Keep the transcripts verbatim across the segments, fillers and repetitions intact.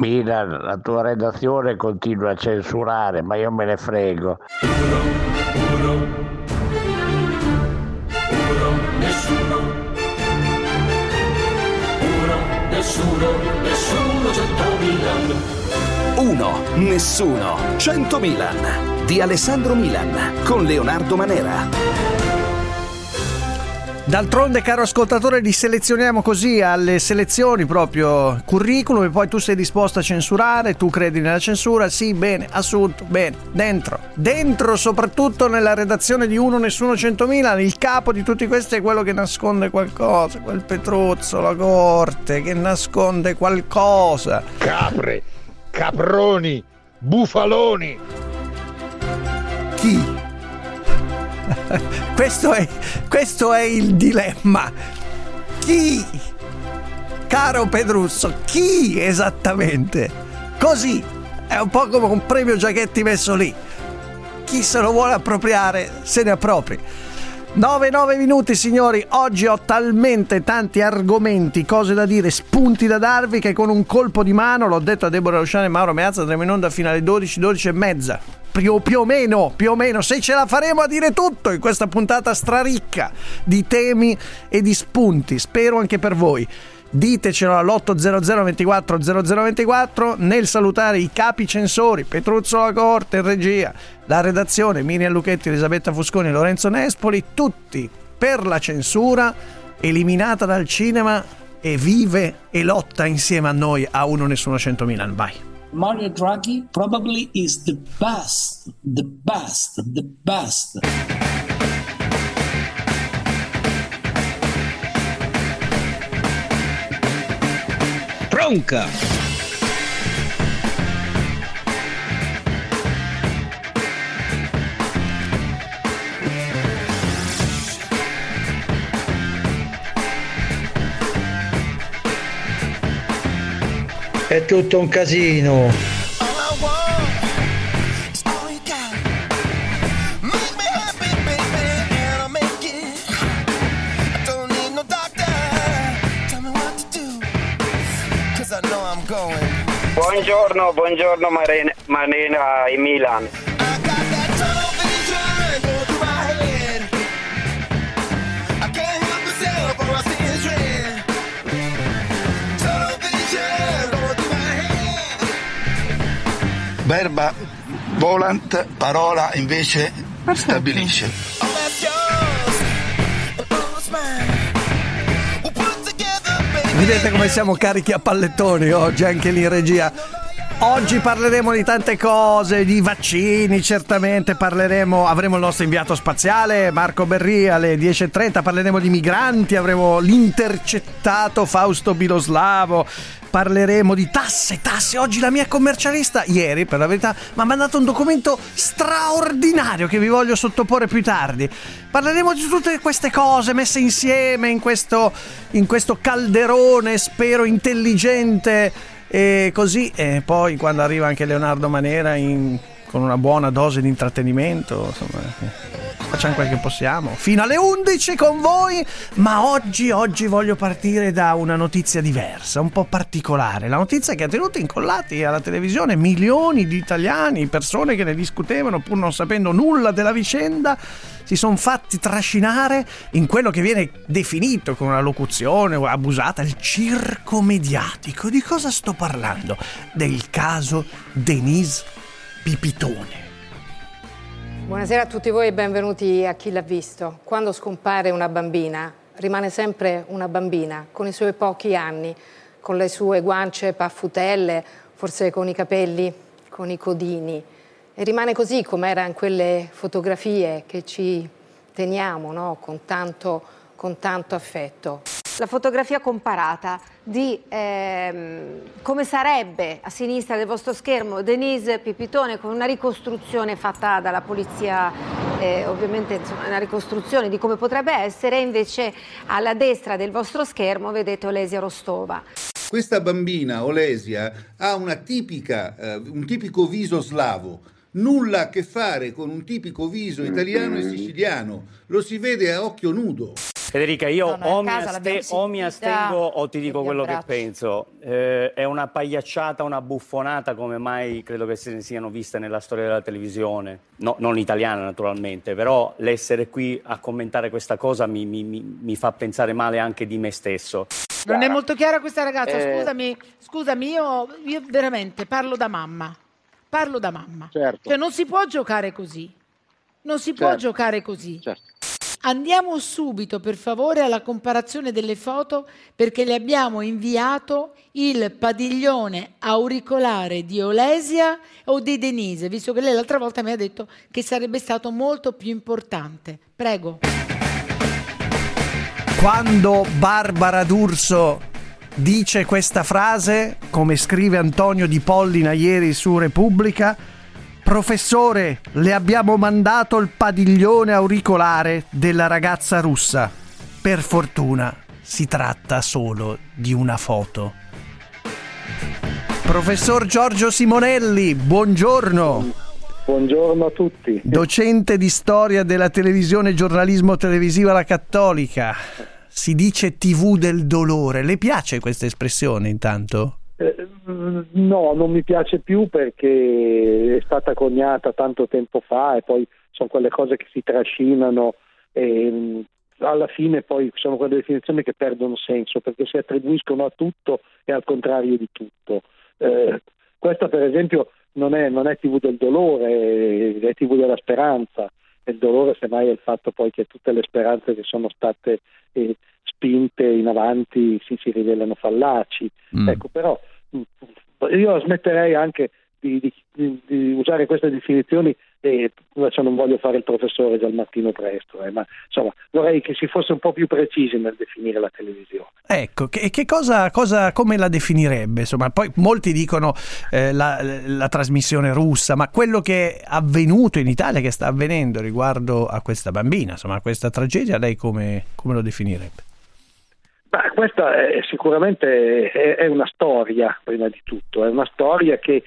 Milan, la tua redazione continua a censurare, ma io me ne frego. Uno, uno, uno, nessuno. Uno, nessuno, nessuno, cento Milan. Uno, nessuno, cento Milan. Di Alessandro Milan, con Leonardo Manera. D'altronde, caro ascoltatore, li selezioniamo così alle selezioni proprio curriculum e poi tu sei disposto a censurare, tu credi nella censura, sì, bene, assunto, bene, dentro, dentro soprattutto nella redazione di Uno, Nessuno, centomila, il capo di tutti questi è quello che nasconde qualcosa, quel Petruzzo, la corte, che nasconde qualcosa. Capre, caproni, bufaloni. Chi? Questo è, questo è il dilemma. Chi? Caro Pedruzzo, chi esattamente? Così, è un po' come un premio Giachetti messo lì. Chi se lo vuole appropriare, se ne appropri. nove nove minuti, signori. Oggi ho talmente tanti argomenti, cose da dire, spunti da darvi, che con un colpo di mano, l'ho detto a Deborah Luciani e Mauro Meazza, andremo in onda fino alle dodici, dodici e mezza. Più, più o meno, più o meno, se ce la faremo a dire tutto in questa puntata straricca di temi e di spunti, spero anche per voi. Ditecelo all'otto zero zero ventiquattro zero zero ventiquattro. Nel salutare i capi censori Petruzzo La Corte in regia, la redazione Miriam Lucchetti, Elisabetta Fusconi e Lorenzo Nespoli, tutti per la censura, eliminata dal cinema, e vive e lotta insieme a noi a Uno, Nessuno, cento Milan. Vai. Mario Draghi probably is the best, the best, the best. Bronca. È tutto un casino. Buongiorno, buongiorno Marina, Marina in Milan. Verba volant, parola invece stabilisce. Vedete come siamo carichi a pallettoni oggi, anche lì in regia. Oggi parleremo di tante cose, di vaccini certamente, parleremo, avremo il nostro inviato spaziale Marco Berri alle dieci e trenta, parleremo di migranti, avremo l'intercettato Fausto Biloslavo, parleremo di tasse, tasse. Oggi la mia commercialista, ieri per la verità, mi ha mandato un documento straordinario che vi voglio sottoporre più tardi. Parleremo di tutte queste cose messe insieme in questo, in questo calderone, spero intelligente, e così. E poi quando arriva anche Leonardo Manera in, con una buona dose di intrattenimento, insomma, facciamo quel che possiamo fino alle undici con voi. Ma oggi oggi voglio partire da una notizia diversa, un po' particolare, la notizia che ha tenuto incollati alla televisione milioni di italiani, persone che ne discutevano pur non sapendo nulla della vicenda, si sono fatti trascinare in quello che viene definito con una locuzione abusata il circo mediatico. Di cosa sto parlando? Del caso Denise Pipitone. Buonasera a tutti voi e benvenuti a Chi l'ha visto. Quando scompare una bambina, rimane sempre una bambina, con i suoi pochi anni, con le sue guance paffutelle, forse con i capelli, con i codini. E rimane così come era in quelle fotografie che ci teniamo, no? con tanto, con tanto affetto. La fotografia comparata di ehm, come sarebbe a sinistra del vostro schermo Denise Pipitone, con una ricostruzione fatta dalla polizia, eh, ovviamente insomma, una ricostruzione di come potrebbe essere, invece alla destra del vostro schermo vedete Olesia Rostova. Questa bambina, Olesia, ha una tipica, eh, un tipico viso slavo. Nulla a che fare con un tipico viso italiano e siciliano, lo si vede a occhio nudo. Federica, io No, noi o, a mi casa aste- l'abbiamo o mi sentita astengo o ti dico e vi quello che abbraccio. penso. Eh, è una pagliacciata, una buffonata come mai credo che se ne siano viste nella storia della televisione, no, non italiana naturalmente, però l'essere qui a commentare questa cosa mi, mi- mi- mi fa pensare male anche di me stesso. Non è molto chiara questa ragazza, Eh. scusami, scusami, io, io veramente parlo da mamma, parlo da mamma. Certo. Cioè non si può giocare così, non si può Certo. giocare così. Certo. Andiamo subito per favore alla comparazione delle foto perché le abbiamo inviato il padiglione auricolare di Olesia o di Denise, visto che lei l'altra volta mi ha detto che sarebbe stato molto più importante. Prego. Quando Barbara D'Urso dice questa frase, come scrive Antonio Di Pollina ieri su Repubblica: professore, le abbiamo mandato il padiglione auricolare della ragazza russa. Per fortuna si tratta solo di una foto. Professor Giorgio Simonelli, buongiorno. Buongiorno a tutti. Docente di storia della televisione e giornalismo televisivo alla Cattolica. Si dice tivù del dolore. Le piace questa espressione intanto? Eh, no, non mi piace più perché è stata coniata tanto tempo fa e poi sono quelle cose che si trascinano e mh, alla fine poi sono quelle definizioni che perdono senso perché si attribuiscono a tutto e al contrario di tutto. Eh, questa per esempio non è, non è tivù del dolore, è tivù della speranza. Il dolore semmai è il fatto poi che tutte le speranze che sono state eh, spinte in avanti si, si rivelano fallaci. Mm. Ecco, però io smetterei anche di, di, di usare queste definizioni e adesso non voglio fare il professore già al mattino presto, eh, ma insomma vorrei che si fosse un po' più precisi nel definire la televisione. Ecco, che, che cosa, cosa, come la definirebbe? Insomma, poi molti dicono eh, la, la trasmissione russa, ma quello che è avvenuto in Italia, che sta avvenendo riguardo a questa bambina, insomma, a questa tragedia, lei come, come lo definirebbe? Beh, questa è, sicuramente è, è una storia, prima di tutto, è una storia che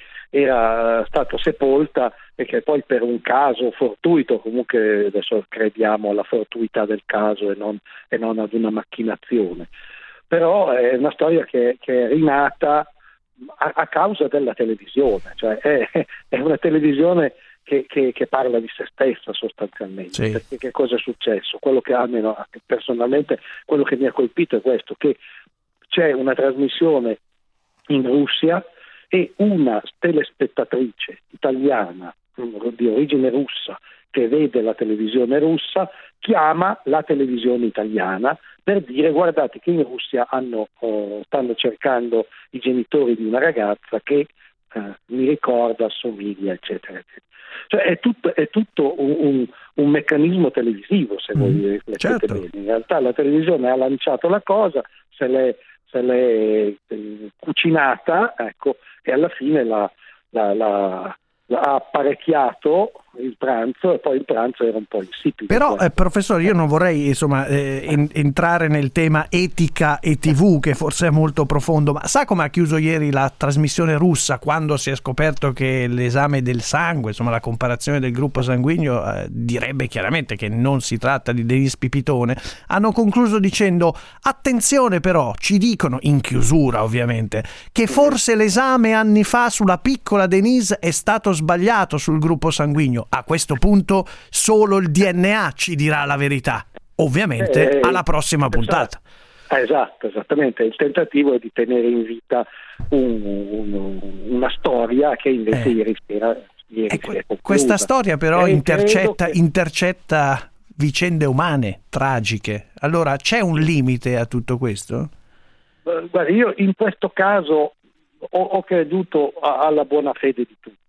era stata sepolta e che poi per un caso fortuito, comunque adesso crediamo alla fortuità del caso e non, e non ad una macchinazione, però è una storia che, che è rinata a, a causa della televisione, cioè è, è una televisione che, che, che parla di se stessa sostanzialmente. Sì. Perché che cosa è successo? Quello che almeno personalmente quello che mi ha colpito è questo, che c'è una trasmissione in Russia e una telespettatrice italiana di origine russa che vede la televisione russa chiama la televisione italiana per dire: guardate che in Russia hanno, oh, stanno cercando i genitori di una ragazza che eh, mi ricorda, assomiglia, eccetera, eccetera. Cioè è tutto, è tutto un, un, un meccanismo televisivo, se voi mm, leggete certo. bene. In realtà la televisione ha lanciato la cosa, se l'è, se l'è eh, cucinata, ecco, e alla fine la, la, la, la ha apparecchiato il pranzo e poi il pranzo era un po' insipido. Però eh, professore, io non vorrei insomma eh, en- entrare nel tema etica e tivù, che forse è molto profondo, ma sa come ha chiuso ieri la trasmissione russa quando si è scoperto che l'esame del sangue, insomma la comparazione del gruppo sanguigno eh, direbbe chiaramente che non si tratta di Denise Pipitone? Hanno concluso dicendo: attenzione, però ci dicono, in chiusura ovviamente, che forse l'esame anni fa sulla piccola Denise è stato sbagliato sul gruppo sanguigno. A questo punto solo il D N A ci dirà la verità, ovviamente eh, alla prossima puntata. Esatto, esatto, esattamente. Il tentativo è di tenere in vita un, un, una storia che invece eh. ieri sera, ieri que- sera questa storia però e intercetta, che... intercetta vicende umane tragiche. Allora c'è un limite a tutto questo? Guarda, io in questo caso ho, ho creduto alla buona fede di tutti.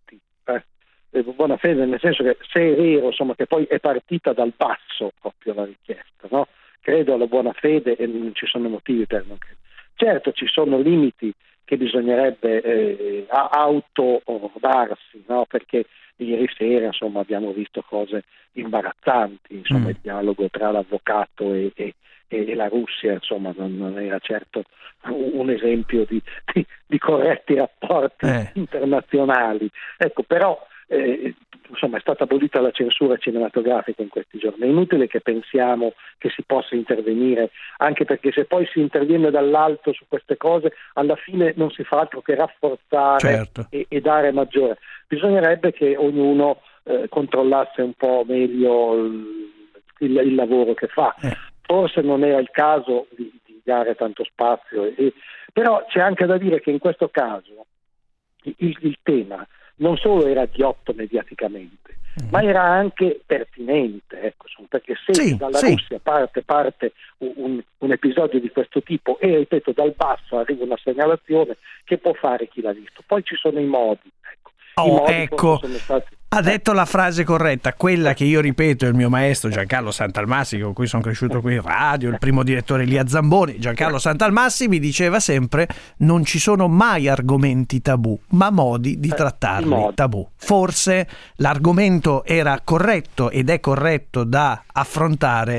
Buona fede nel senso che se è vero insomma che poi è partita dal basso proprio la richiesta, no? Credo alla buona fede e non ci sono motivi per non credere. Certo ci sono limiti che bisognerebbe eh, autodarsi, no? Perché ieri sera insomma abbiamo visto cose imbarazzanti, insomma mm. il dialogo tra l'avvocato e, e, e la Russia insomma non, non era certo un esempio di, di, di corretti rapporti eh. internazionali, ecco, però Eh, insomma è stata abolita la censura cinematografica in questi giorni, è inutile che pensiamo che si possa intervenire, anche perché se poi si interviene dall'alto su queste cose alla fine non si fa altro che rafforzare certo. e, e dare maggiore. Bisognerebbe che ognuno eh, controllasse un po' meglio il, il, il lavoro che fa. Eh. Forse non era il caso di, di dare tanto spazio, e, però c'è anche da dire che in questo caso il, il tema non solo era ghiotto mediaticamente, mm. ma era anche pertinente, ecco, perché se sì, dalla sì. Russia parte, parte un, un episodio di questo tipo e, ripeto, dal basso arriva una segnalazione, che può fare chi l'ha visto? Poi ci sono i modi, ecco. Oh, I modi ecco, sono stati... ha detto la frase corretta, quella che io ripeto, il mio maestro Giancarlo Santalmassi, con cui sono cresciuto qui in radio, il primo direttore Elia Zamboni. Giancarlo Santalmassi mi diceva sempre: non ci sono mai argomenti tabù, ma modi di trattarli eh, tabù. Forse l'argomento era corretto ed è corretto da affrontare,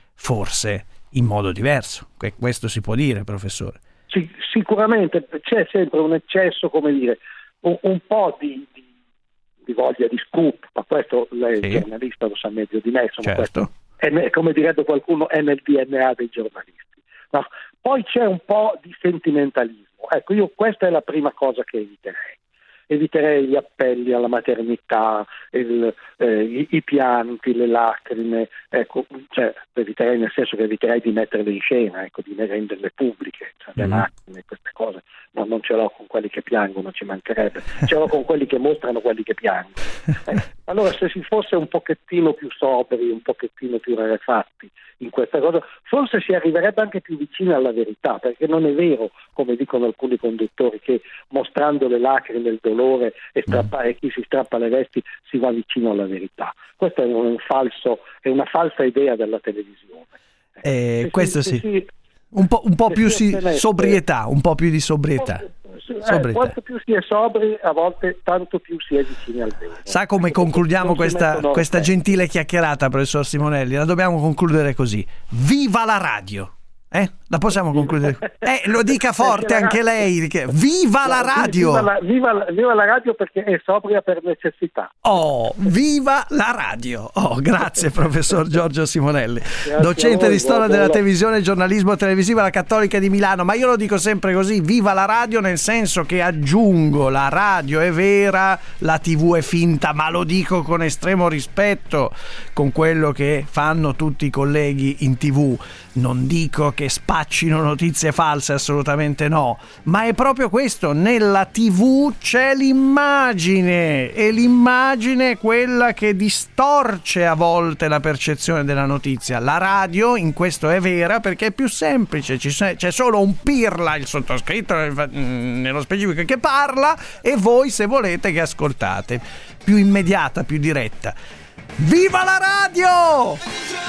forse in modo diverso. Questo si può dire, professore? Sì, sicuramente c'è sempre un eccesso, come dire, un, un po' di, di, di voglia di scoop, ma questo lei, sì. il giornalista, lo sa meglio di me, insomma, certo. questo è, come direbbe qualcuno, è nel D N A dei giornalisti. No? Poi c'è un po' di sentimentalismo. Ecco, io questa è la prima cosa che eviterei. Eviterei gli appelli alla maternità, il, eh, i, i pianti, le lacrime, ecco, cioè eviterei nel senso che eviterei di metterle in scena, ecco, di renderle pubbliche, cioè, le mm. lacrime, queste cose. No, non ce l'ho con quelli che piangono, ci mancherebbe, ce l'ho con quelli che mostrano quelli che piangono. Eh, allora se si fosse un pochettino più sobri, un pochettino più rarefatti in questa cosa, forse si arriverebbe anche più vicini alla verità, perché non è vero, come dicono alcuni conduttori, che mostrando le lacrime, il dolore e, strappa, e chi si strappa le vesti si va vicino alla verità. Questo è un falso, è una falsa idea della televisione. Eh, se questo si, sì. Si, un po', un po' più si, sobrietà, un po' più di sobrietà. Eh, quanto più si è sobri, a volte tanto più si è vicini al vero. Sa come concludiamo questa, questa gentile chiacchierata, professor Simonelli? La dobbiamo concludere così: viva la radio! Eh? La possiamo concludere? Eh, lo dica forte anche lei. Viva la radio! Viva la, viva, la, viva la radio, perché è sobria per necessità. Oh, viva la radio! Oh, grazie professor Giorgio Simonelli, grazie docente voi, di storia della televisione e giornalismo televisivo alla Cattolica di Milano. Ma io lo dico sempre così: viva la radio, nel senso che aggiungo, la radio è vera, la tivù è finta, ma lo dico con estremo rispetto, con quello che fanno tutti i colleghi in tivù. Non dico che spaccino notizie false, assolutamente no, ma è proprio questo: nella tivù c'è l'immagine, e l'immagine è quella che distorce a volte la percezione della notizia. La radio in questo è vera perché è più semplice, c'è solo un pirla, il sottoscritto nello specifico, che parla, e voi, se volete, che ascoltate. Più immediata, più diretta. Viva la radio!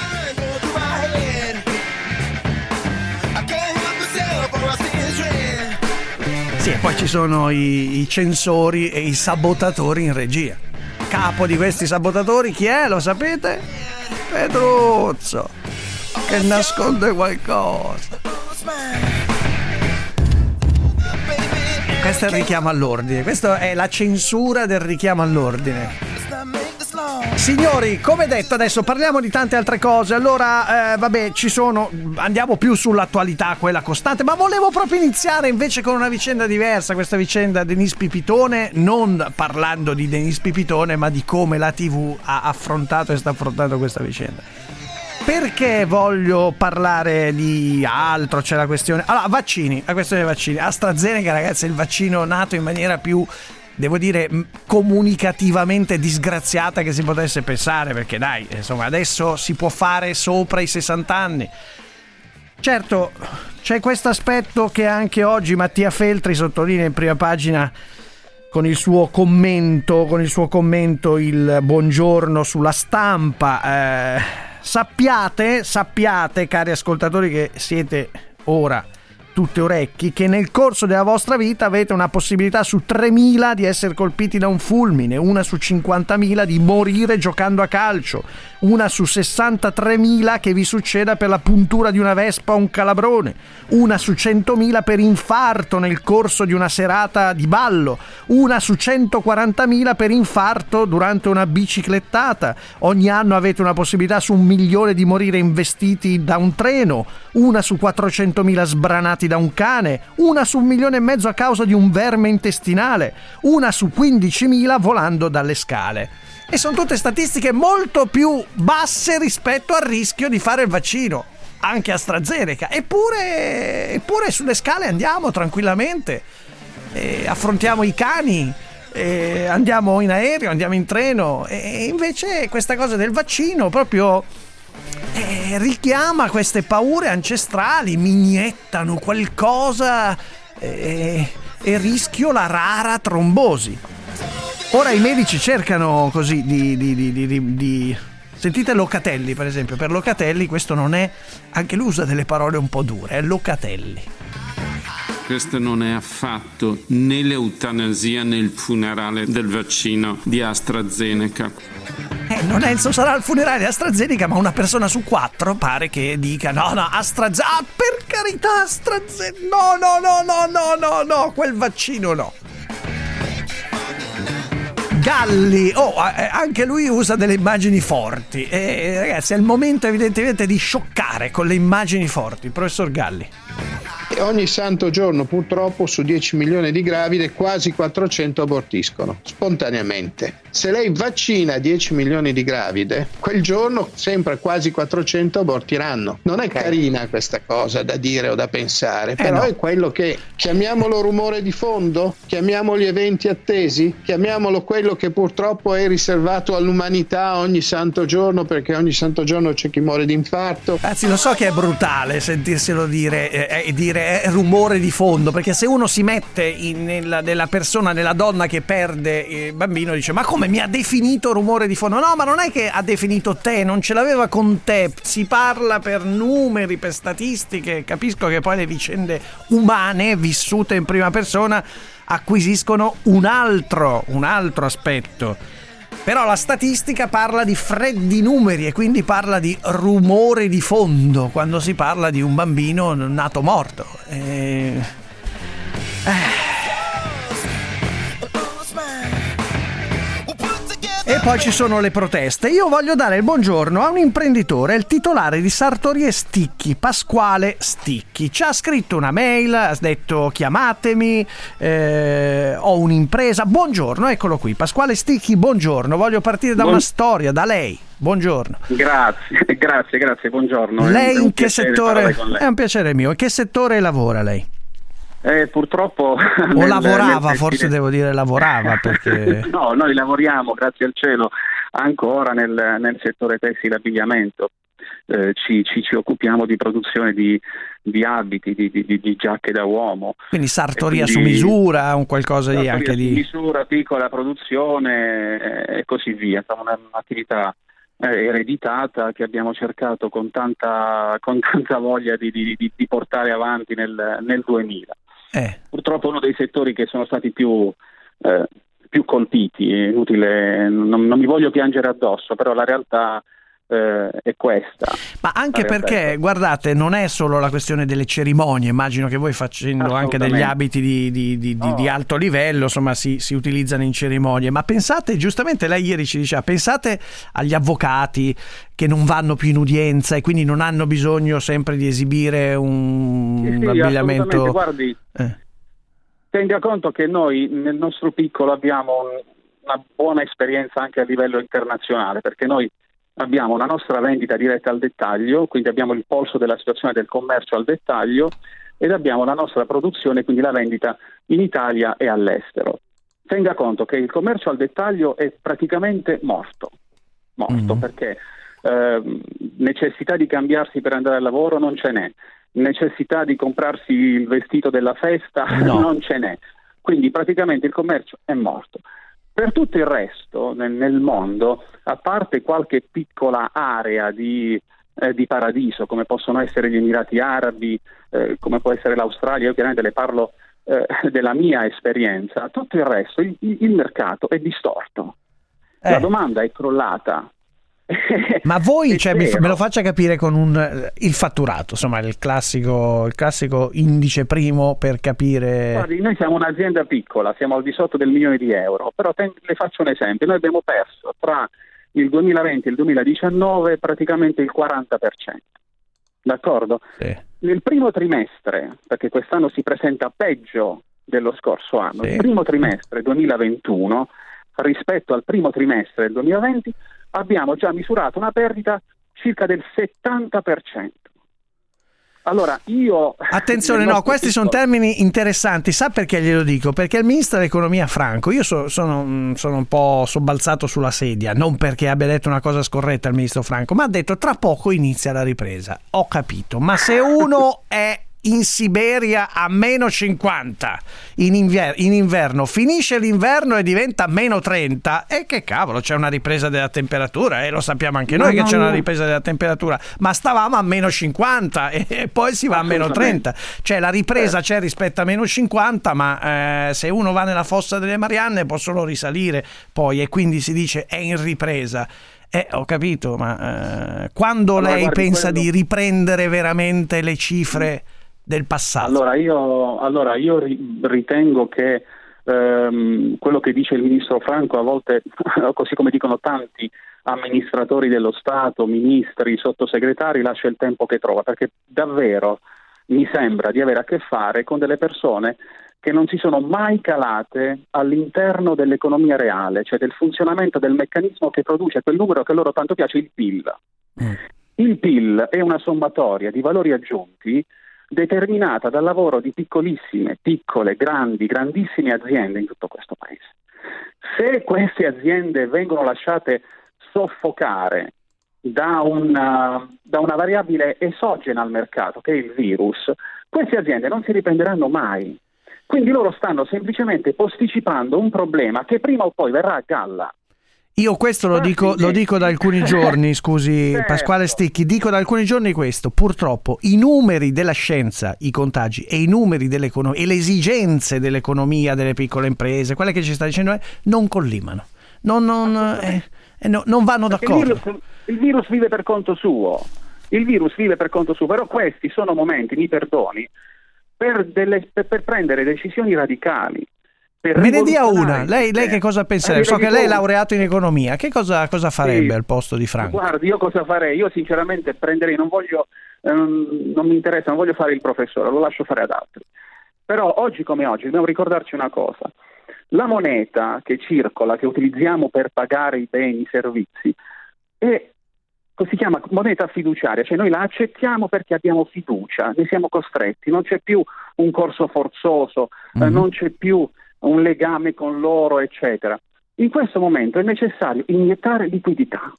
Sì, e poi ci sono i, i censori e i sabotatori in regia. Capo di questi sabotatori chi è? Lo sapete? Pedruzzo, che nasconde qualcosa. Questo è il richiamo all'ordine. Questa è la censura del richiamo all'ordine. Signori, come detto, adesso parliamo di tante altre cose. Allora, eh, vabbè, ci sono, andiamo più sull'attualità, quella costante, ma volevo proprio iniziare invece con una vicenda diversa, questa vicenda Denise Pipitone, non parlando di Denise Pipitone, ma di come la tivù ha affrontato e sta affrontando questa vicenda. Perché voglio parlare di altro? C'è la questione, allora, vaccini, la questione dei vaccini. AstraZeneca, ragazzi, è il vaccino nato in maniera più, devo dire, comunicativamente disgraziata che si potesse pensare, perché dai, insomma, adesso si può fare sopra i sessanta anni. Certo, c'è questo aspetto che anche oggi Mattia Feltri sottolinea in prima pagina con il suo commento, con il suo commento il buongiorno sulla Stampa. Eh, sappiate, sappiate, cari ascoltatori, che siete ora tutte orecchi, che nel corso della vostra vita avete una possibilità su tremila di essere colpiti da un fulmine, una su cinquantamila di morire giocando a calcio, una su sessantatremila che vi succeda per la puntura di una vespa o un calabrone, una su centomila per infarto nel corso di una serata di ballo, una su centoquarantamila per infarto durante una biciclettata. Ogni anno avete una possibilità su un milione di morire investiti da un treno, una su quattrocentomila sbranati da un cane, una su un milione e mezzo a causa di un verme intestinale, una su quindicimila volando dalle scale. E sono tutte statistiche molto più basse rispetto al rischio di fare il vaccino, anche AstraZeneca. Eppure, eppure sulle scale andiamo tranquillamente, e affrontiamo i cani, e andiamo in aereo, andiamo in treno, e invece questa cosa del vaccino proprio eh, richiama queste paure ancestrali, mi iniettano qualcosa e, e rischio la rara trombosi. Ora i medici cercano così di, di, di, di, di, di... Sentite Locatelli, per esempio. Per Locatelli questo non è... Anche lui usa delle parole un po' dure, è Locatelli. Questa non è affatto né l'eutanasia né il funerale del vaccino di AstraZeneca. Eh, non è il sarà il funerale di AstraZeneca, ma una persona su quattro pare che dica no, no, AstraZeneca, ah, per carità AstraZeneca, no, no, no, no, no, no, no, quel vaccino no. Galli, oh, anche lui usa delle immagini forti. E ragazzi, è il momento evidentemente di scioccare con le immagini forti. Il professor Galli. Ogni santo giorno purtroppo su dieci milioni di gravide quasi quattrocento abortiscono spontaneamente. Se lei vaccina dieci milioni di gravide, quel giorno sempre quasi quattrocento abortiranno. Non è carina questa cosa da dire o da pensare, eh però no. È quello che, chiamiamolo rumore di fondo, chiamiamoli eventi attesi, chiamiamolo quello che purtroppo è riservato all'umanità ogni santo giorno, perché ogni santo giorno c'è chi muore di infarto. Anzi, lo so che è brutale sentirselo dire e eh, dire è rumore di fondo, perché se uno si mette in, nella, nella persona, nella donna che perde il bambino, dice ma come mi ha definito rumore di fondo? No, ma non è che ha definito te, non ce l'aveva con te, si parla per numeri, per statistiche. Capisco che poi le vicende umane vissute in prima persona acquisiscono un altro un altro aspetto, però la statistica parla di freddi numeri e quindi parla di rumore di fondo quando si parla di un bambino nato morto. E... Eh. E poi ci sono le proteste. Io voglio dare il buongiorno a un imprenditore, il titolare di Sartorie Sticchi, Pasquale Sticchi. Ci ha scritto una mail, ha detto chiamatemi, eh, ho un'impresa. Buongiorno, eccolo qui, Pasquale Sticchi, buongiorno. Voglio partire da Buon... una storia, da lei. Buongiorno. Grazie, grazie, grazie, buongiorno. Lei è un, in che settore? È un piacere mio. In che settore lavora lei? Eh, purtroppo o nel, lavorava, nel forse devo dire lavorava perché no, noi lavoriamo grazie al cielo ancora nel, nel settore tessile abbigliamento, eh, ci, ci, ci occupiamo di produzione di, di abiti, di, di, di giacche da uomo, quindi sartoria quindi, su misura, un qualcosa di anche di misura, piccola produzione e così via. È una, un'attività ereditata che abbiamo cercato con tanta, con tanta voglia di, di, di, di portare avanti nel, nel duemila. Eh. Purtroppo uno dei settori che sono stati più, eh, più colpiti, è inutile, non, non mi voglio piangere addosso, però la realtà eh, è questa. Ma anche perché, guardate, non è solo la questione delle cerimonie, immagino che voi facendo anche degli abiti di, di, di, di, oh. di alto livello, insomma, si, si utilizzano in cerimonie, ma pensate, giustamente lei ieri ci diceva, pensate agli avvocati che non vanno più in udienza e quindi non hanno bisogno sempre di esibire un, sì, sì, un abbigliamento. Guardi, eh. tenga conto che noi nel nostro piccolo abbiamo un, una buona esperienza anche a livello internazionale, perché noi abbiamo la nostra vendita diretta al dettaglio, quindi abbiamo il polso della situazione del commercio al dettaglio, ed abbiamo la nostra produzione, quindi la vendita in Italia e all'estero. Tenga conto che il commercio al dettaglio è praticamente morto, morto mm. perché eh, necessità di cambiarsi per andare al lavoro non ce n'è, necessità di comprarsi il vestito della festa no. non ce n'è, quindi praticamente il commercio è morto. Per tutto il resto nel, nel mondo, a parte qualche piccola area di eh, di paradiso, come possono essere gli Emirati Arabi, eh, come può essere l'Australia. Io chiaramente le parlo eh, della mia esperienza. Tutto il resto, il, il mercato è distorto, eh. la domanda è crollata. Ma voi, cioè, mi, me lo faccia capire con un, il fatturato, insomma, il classico, il classico indice primo per capire. Guardi, noi siamo un'azienda piccola, siamo al di sotto del milione di euro, però te, le faccio un esempio: noi abbiamo perso tra il duemilaventi e il duemiladiciannove praticamente il quaranta per cento, d'accordo? Sì. Nel primo trimestre, perché quest'anno si presenta peggio dello scorso anno, sì. il primo trimestre duemilaventuno rispetto al primo trimestre del duemilaventi abbiamo già misurato una perdita circa del settanta per cento. Allora io... Attenzione, no, questi piccolo... sono termini interessanti. Sa perché glielo dico? Perché il ministro dell'economia Franco, io so, sono, sono un po' sobbalzato sulla sedia, non perché abbia detto una cosa scorretta il ministro Franco, ma ha detto tra poco inizia la ripresa. Ho capito, ma se uno è in Siberia a meno cinquanta in, inver- in inverno, finisce l'inverno e diventa meno trenta, e che cavolo, c'è una ripresa della temperatura, e eh, lo sappiamo anche noi no, che no, c'è no. una ripresa della temperatura, ma stavamo a meno cinquanta e, e poi si va a meno trenta, cioè la ripresa eh. c'è rispetto a meno cinquanta, ma eh, se uno va nella fossa delle Marianne può solo risalire poi, e quindi si dice è in ripresa. Eh, ho capito, ma eh, quando allora, lei guardi, pensa quello... di riprendere veramente le cifre del passato? Allora io, allora io ritengo che ehm, quello che dice il ministro Franco a volte, così come dicono tanti amministratori dello Stato, ministri, sottosegretari, lascia il tempo che trova, perché davvero mi sembra di avere a che fare con delle persone che non si sono mai calate all'interno dell'economia reale, cioè del funzionamento del meccanismo che produce quel numero che a loro tanto piace, il P I L. Mm. Il P I L è una sommatoria di valori aggiunti determinata dal lavoro di piccolissime, piccole, grandi, grandissime aziende in tutto questo paese. Se queste aziende vengono lasciate soffocare da una, da una variabile esogena al mercato, che è il virus, queste aziende non si riprenderanno mai. Quindi loro stanno semplicemente posticipando un problema che prima o poi verrà a galla. Io questo lo dico, lo dico da alcuni giorni, scusi certo. Pasquale Sticchi, dico da alcuni giorni questo: purtroppo i numeri della scienza, i contagi e i numeri dell'economia e le esigenze dell'economia, delle piccole imprese, quelle che ci sta dicendo è, non collimano, non, non, eh, eh, no, non vanno Perché d'accordo. Il virus, il virus vive per conto suo, il virus vive per conto suo, però questi sono momenti, mi perdoni, per, delle, per, per prendere decisioni radicali. Me ne dia una, lei, lei che cosa penserebbe? So che lei è laureato in economia, che cosa, cosa farebbe sì. al posto di Franco? Guardi, io cosa farei? Io sinceramente prenderei, non voglio, ehm, non mi interessa, non voglio fare il professore, lo lascio fare ad altri. Però oggi come oggi dobbiamo ricordarci una cosa: la moneta che circola, che utilizziamo per pagare i beni, i servizi, è, si chiama moneta fiduciaria, cioè noi la accettiamo perché abbiamo fiducia, ne siamo costretti, non c'è più un corso forzoso, mm-hmm. eh, non c'è più un legame con l'oro, eccetera. In questo momento è necessario iniettare liquidità.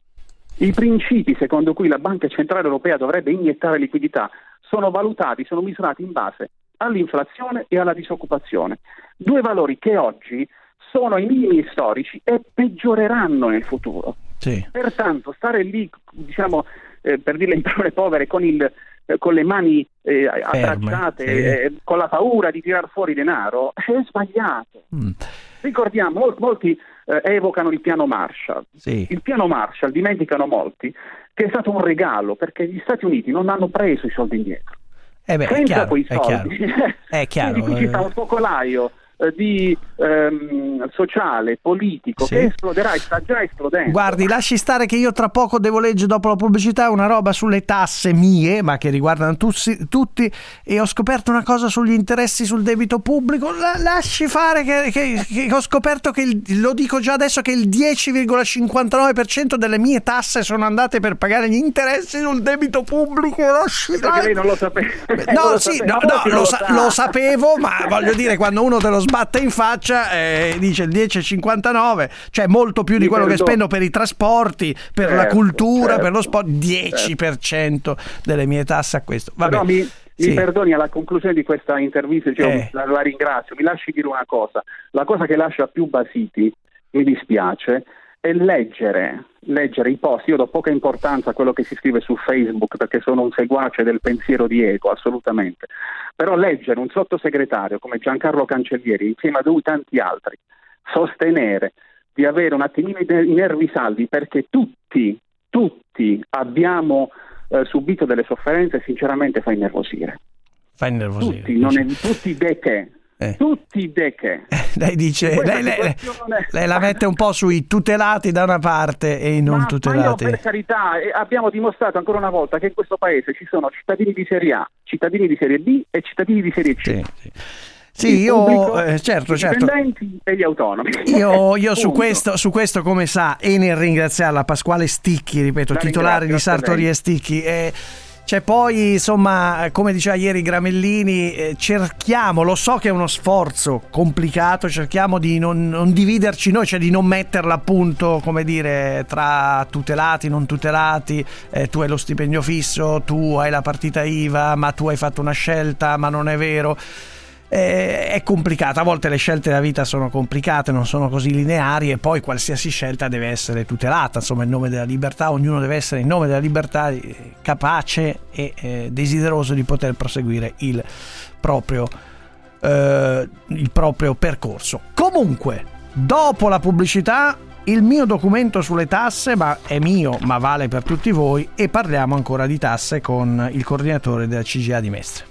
I principi secondo cui la Banca Centrale Europea dovrebbe iniettare liquidità sono valutati, sono misurati in base all'inflazione e alla disoccupazione. Due valori che oggi sono ai minimi storici e peggioreranno nel futuro. Sì. Pertanto stare lì, diciamo, eh, per dirle in parole povere, con il con le mani eh, abbracciate, sì. eh, con la paura di tirar fuori denaro, è sbagliato. Mm. Ricordiamo, molti, molti eh, evocano il piano Marshall. Sì. Il piano Marshall, dimenticano molti, che è stato un regalo, perché gli Stati Uniti non hanno preso i soldi indietro. Eh beh, Senza è chiaro, quei soldi, è chiaro. È chiaro. Quindi qui ci sta un focolaio di ehm, sociale, politico, sì. che esploderà e sta già esplodendo. Guardi, lasci stare che io tra poco devo leggere, dopo la pubblicità, una roba sulle tasse mie, ma che riguardano tutti, tutti e ho scoperto una cosa sugli interessi sul debito pubblico. La, lasci fare che, che, che ho scoperto che il, lo dico già adesso, che il dieci virgola cinquantanove per cento delle mie tasse sono andate per pagare gli interessi sul debito pubblico. Lasci perché lei non lo sapeva. No, lo sì, sapeva. no, no, lo, lo, sa- lo sapevo, ma voglio dire, quando uno te lo sbatte in faccia e eh, dice il dieci virgola cinquantanove, cioè molto più di quello che spendo per i trasporti, per certo, la cultura, certo, per lo sport, dieci per cento certo. delle mie tasse a questo. Vabbè, però mi, sì. mi perdoni, alla conclusione di questa intervista, cioè, eh. la, la ringrazio, mi lasci dire una cosa, la cosa che lascia più basiti, mi dispiace, e leggere, leggere i post. Io do poca importanza a quello che si scrive su Facebook perché sono un seguace del pensiero di Ego, assolutamente, però leggere un sottosegretario come Giancarlo Cancellieri insieme a lui tanti altri sostenere di avere un attimino i nervi saldi perché tutti, tutti abbiamo eh, subito delle sofferenze, sinceramente fa innervosire. Fa innervosire. Tutti, non è, tutti de che. Eh. Tutti de che. Lei dice, lei, lei, lei la mette un po' sui tutelati da una parte e i non ma, tutelati. Ma io, per carità, eh, abbiamo dimostrato ancora una volta che in questo paese ci sono cittadini di serie A, cittadini di serie B e cittadini di serie C. Sì, sì. Sì, io pubblico, eh, certo, certo. E gli autonomi. Io, io su, questo, su questo, come sa, e nel ringraziarla, Pasquale Sticchi, ripeto, la titolare di Sartoria Sticchi. Eh, C'è poi, insomma, come diceva ieri Gramellini, eh, cerchiamo, lo so che è uno sforzo complicato, cerchiamo di non, non dividerci noi, cioè di non metterla appunto, come dire, tra tutelati, non tutelati, eh, tu hai lo stipendio fisso, tu hai la partita I V A, ma tu hai fatto una scelta, ma non è vero. Eh, è complicata, a volte le scelte della vita sono complicate, non sono così lineari e poi qualsiasi scelta deve essere tutelata, insomma in nome della libertà, ognuno deve essere in nome della libertà eh, capace e eh, desideroso di poter proseguire il proprio, eh, il proprio percorso. Comunque, dopo la pubblicità, il mio documento sulle tasse, ma è mio, ma vale per tutti voi, e parliamo ancora di tasse con il coordinatore della C G A di Mestre.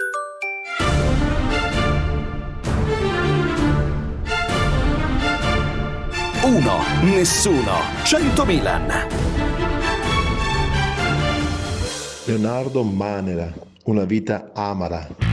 Uno, nessuno, cento Milan. Leonardo Manera, una vita amara.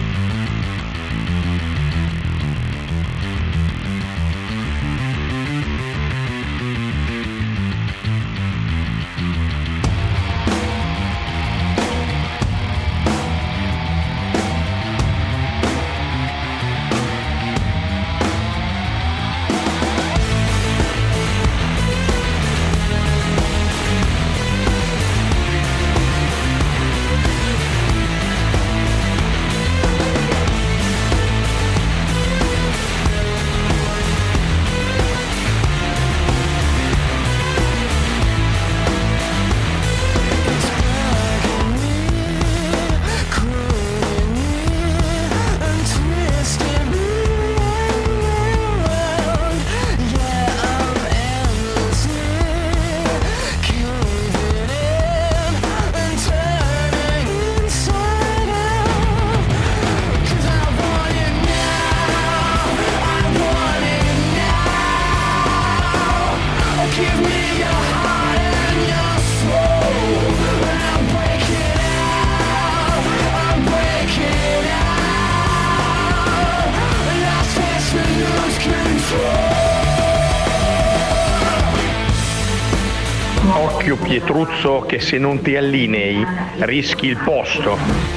Occhio Pietruzzo che se non ti allinei rischi il posto.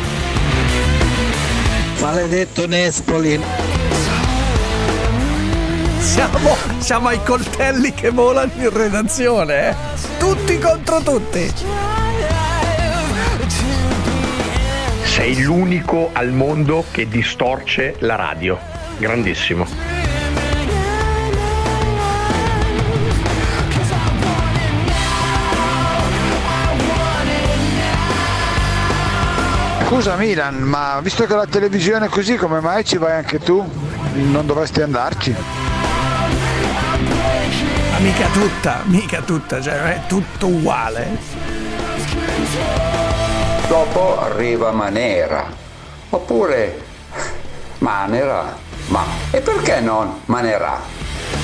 Maledetto Nespoli. Siamo, siamo ai coltelli che volano in redazione, eh? Tutti contro tutti. Sei l'unico al mondo che distorce la radio. Grandissimo. Scusa Milan, ma visto che la televisione è così, come mai ci vai anche tu? Non dovresti andarci? Ma mica tutta, mica tutta, cioè è tutto uguale. Dopo arriva Manera, oppure Manera, ma e perché non Manera?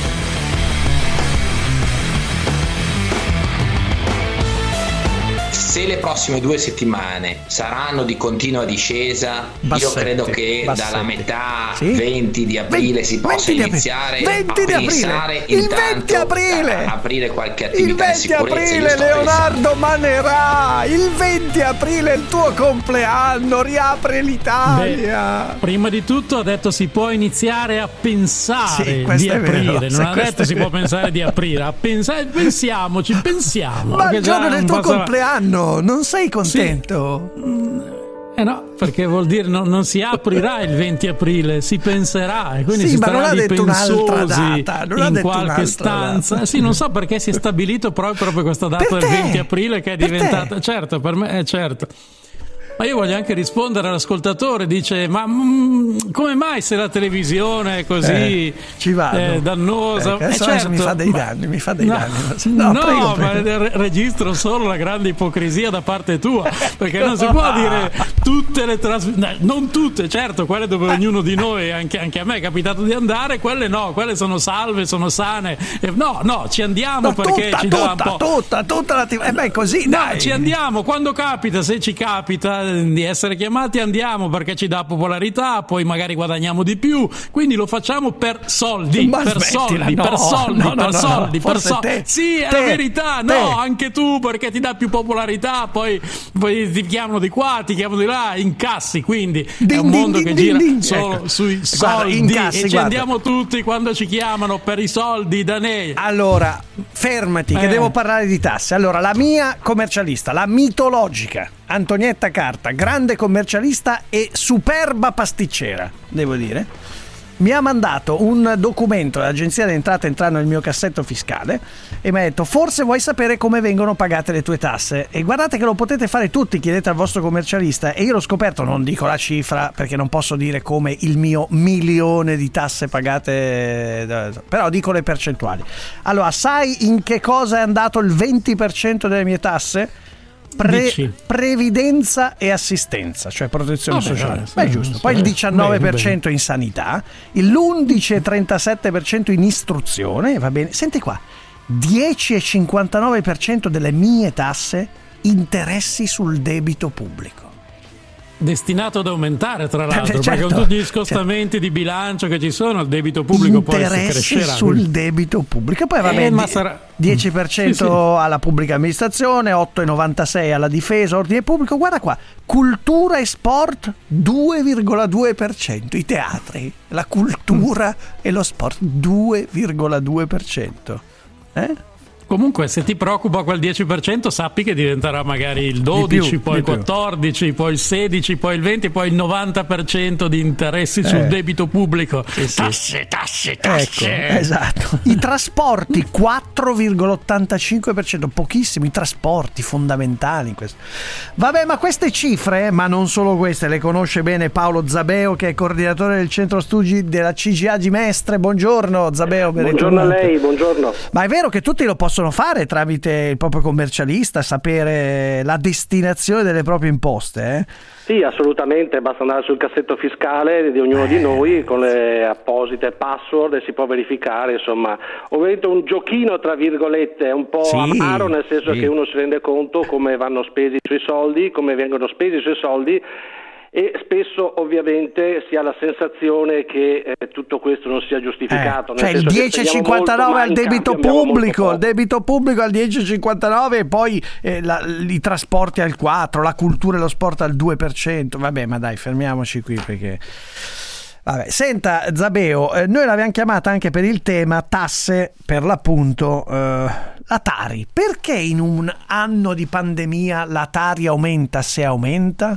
Se le prossime due settimane saranno di continua discesa, Bassetti, io credo che Bassetti. dalla metà Sì? venti di aprile venti, si possa venti iniziare venti a di pensare aprile. Il intanto venti aprile. a aprire qualche Il attività di venti sicurezza. aprile Io sto Leonardo Manera, il venti aprile è il tuo compleanno, riapre l'Italia. Beh, prima di tutto ha detto si può iniziare a pensare Sì, di questo è aprire, vero, non ha questo detto è si vero. può pensare di aprire, a pensare, pensiamoci, pensiamo. Ma che il già giorno è del un tuo passo avanti. compleanno, non sei contento? Sì. Eh no, perché vuol dire non, non si aprirà il venti aprile, si penserà e quindi sì, si ma non starà ha di detto un'altra pensosi data, non ha in detto qualche un'altra stanza. data. Sì, non so perché si è stabilito proprio, proprio questa data Per del te? venti aprile che è Per diventata... te? Certo, per me è certo. Ma io voglio anche rispondere all'ascoltatore, dice ma mm, come mai se la televisione è così Eh, ci vado. eh, dannosa? Ecco, Eh, adesso certo, mi fa dei ma- danni, mi fa dei no, danni. No, No, prego, ma prego. re- registro solo la grande ipocrisia da parte tua, perché non si può dire tutte le trasmissioni, non tutte, certo, quelle dove ognuno di noi, anche, anche a me è capitato di andare, quelle no, quelle sono salve, sono sane. E no, no, ci andiamo No, perché tutta, ci dà un tutta, po'. tutta, tutta la tivù. Eh beh, così, No, dai. ci andiamo quando capita, se ci capita eh, di essere chiamati andiamo perché ci dà popolarità, poi magari guadagniamo di più, quindi lo facciamo per soldi, Ma per smettila, soldi, no, per soldi, no, no, per no, soldi, no, per forse soldi. te, Sì, è te, la verità, te. no, anche tu perché ti dà più popolarità, poi, poi ti chiamano di qua, ti chiamano di là, incassi, quindi è Din, un din, mondo din, che din, gira din. solo Ecco. sui Guarda, soldi incassi, e ci guarda. andiamo tutti quando ci chiamano per i soldi danesi. Allora, fermati che Eh. devo parlare di tasse. Allora, la mia commercialista, la mitologica Antonietta Carta, grande commercialista e superba pasticcera, devo dire, mi ha mandato un documento dall'agenzia di entrata entrando nel mio cassetto fiscale e mi ha detto forse vuoi sapere come vengono pagate le tue tasse, e guardate che lo potete fare tutti, chiedete al vostro commercialista, e io l'ho scoperto, non dico la cifra perché non posso dire come il mio milione di tasse pagate, però dico le percentuali. Allora, sai in che cosa è andato il venti per cento delle mie tasse? Pre- Dici. previdenza e assistenza, cioè protezione Vabbè, sociale. sì, Beh, sì, giusto. sì. Poi il diciannove per cento Bene, in sanità, l'undici virgola trentasette per cento in istruzione, va bene. Senti qua, dieci virgola cinquantanove per cento delle mie tasse interessi sul debito pubblico. Destinato ad aumentare, tra l'altro, Eh, certo, perché con tutti gli scostamenti di bilancio che ci sono, il debito pubblico poi si Interessi crescerà. sul debito pubblico. Poi va Eh, bene, ma di- sarà- dieci per cento Sì, sì. alla pubblica amministrazione, otto virgola novantasei alla difesa, ordine pubblico. Guarda qua, cultura e sport due virgola due per cento, i teatri, la cultura e lo sport due virgola due per cento. Eh? Comunque, se ti preoccupa quel dieci per cento, sappi che diventerà magari il dodici, più, poi di il più. quattordici, poi il sedici, poi il venti, poi il novanta per cento di interessi sul Eh. debito pubblico. Sì, sì. Tasse, tasse, Ecco, tasse. esatto. I trasporti quattro virgola ottantacinque per cento, pochissimo, i trasporti fondamentali in questo. Vabbè, ma queste cifre, ma non solo queste, le conosce bene Paolo Zabeo, che è coordinatore del centro studi della C G A di Mestre. Buongiorno Zabeo, ben Buongiorno a ritornato. lei, buongiorno. Ma è vero che tutti lo possono fare tramite il proprio commercialista, sapere la destinazione delle proprie imposte, eh? Sì, assolutamente, basta andare sul cassetto fiscale di ognuno di noi con le apposite password e si può verificare, insomma, ovviamente un giochino tra virgolette un po' Sì, amaro, nel senso sì. che uno si rende conto come vanno spesi i suoi soldi, come vengono spesi i suoi soldi, e spesso ovviamente si ha la sensazione che eh, tutto questo non sia giustificato. Eh, nel cioè il senso che dieci virgola spendiamo cinquantanove molto, ma al in debito cambio abbiamo molto pubblico, poco. il debito pubblico al dieci virgola cinquantanove e poi eh, la, i trasporti al quattro, la cultura e lo sport al due per cento. Vabbè, ma dai, fermiamoci qui perché... Vabbè, senta Zabeo, eh, noi l'abbiamo chiamata anche per il tema tasse, per l'appunto eh, la Tari. Perché in un anno di pandemia la Tari aumenta se aumenta?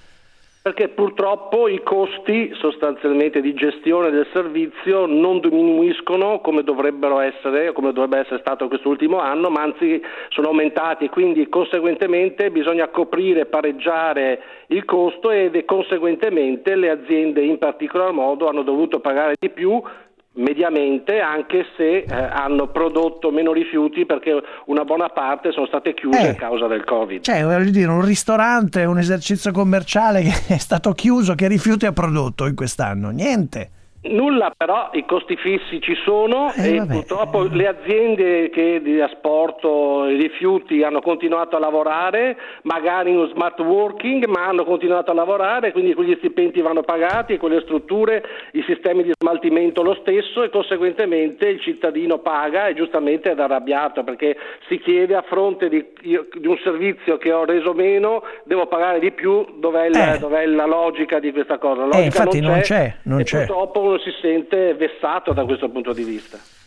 Perché purtroppo i costi sostanzialmente di gestione del servizio non diminuiscono come dovrebbero essere, come dovrebbe essere stato quest'ultimo anno, ma anzi sono aumentati, quindi conseguentemente bisogna coprire, pareggiare il costo ed conseguentemente le aziende in particolar modo hanno dovuto pagare di più mediamente, anche se eh, hanno prodotto meno rifiuti perché una buona parte sono state chiuse Eh. a causa del Covid. Cioè, voglio dire, un ristorante, un esercizio commerciale che è stato chiuso, che rifiuti ha prodotto in quest'anno? Niente. Nulla, però i costi fissi ci sono Eh, e vabbè. purtroppo le aziende che di asporto i rifiuti hanno continuato a lavorare, magari in smart working, ma hanno continuato a lavorare, quindi quegli stipendi vanno pagati e quelle strutture, i sistemi di smaltimento lo stesso, e conseguentemente il cittadino paga e giustamente è arrabbiato perché si chiede a fronte di, io- di un servizio che ho reso meno, devo pagare di più. Dov'è, il- Eh. dov'è la logica di questa cosa? La Eh, logica infatti non c'è, non e c'è. purtroppo uno si sente vessato da questo punto di vista.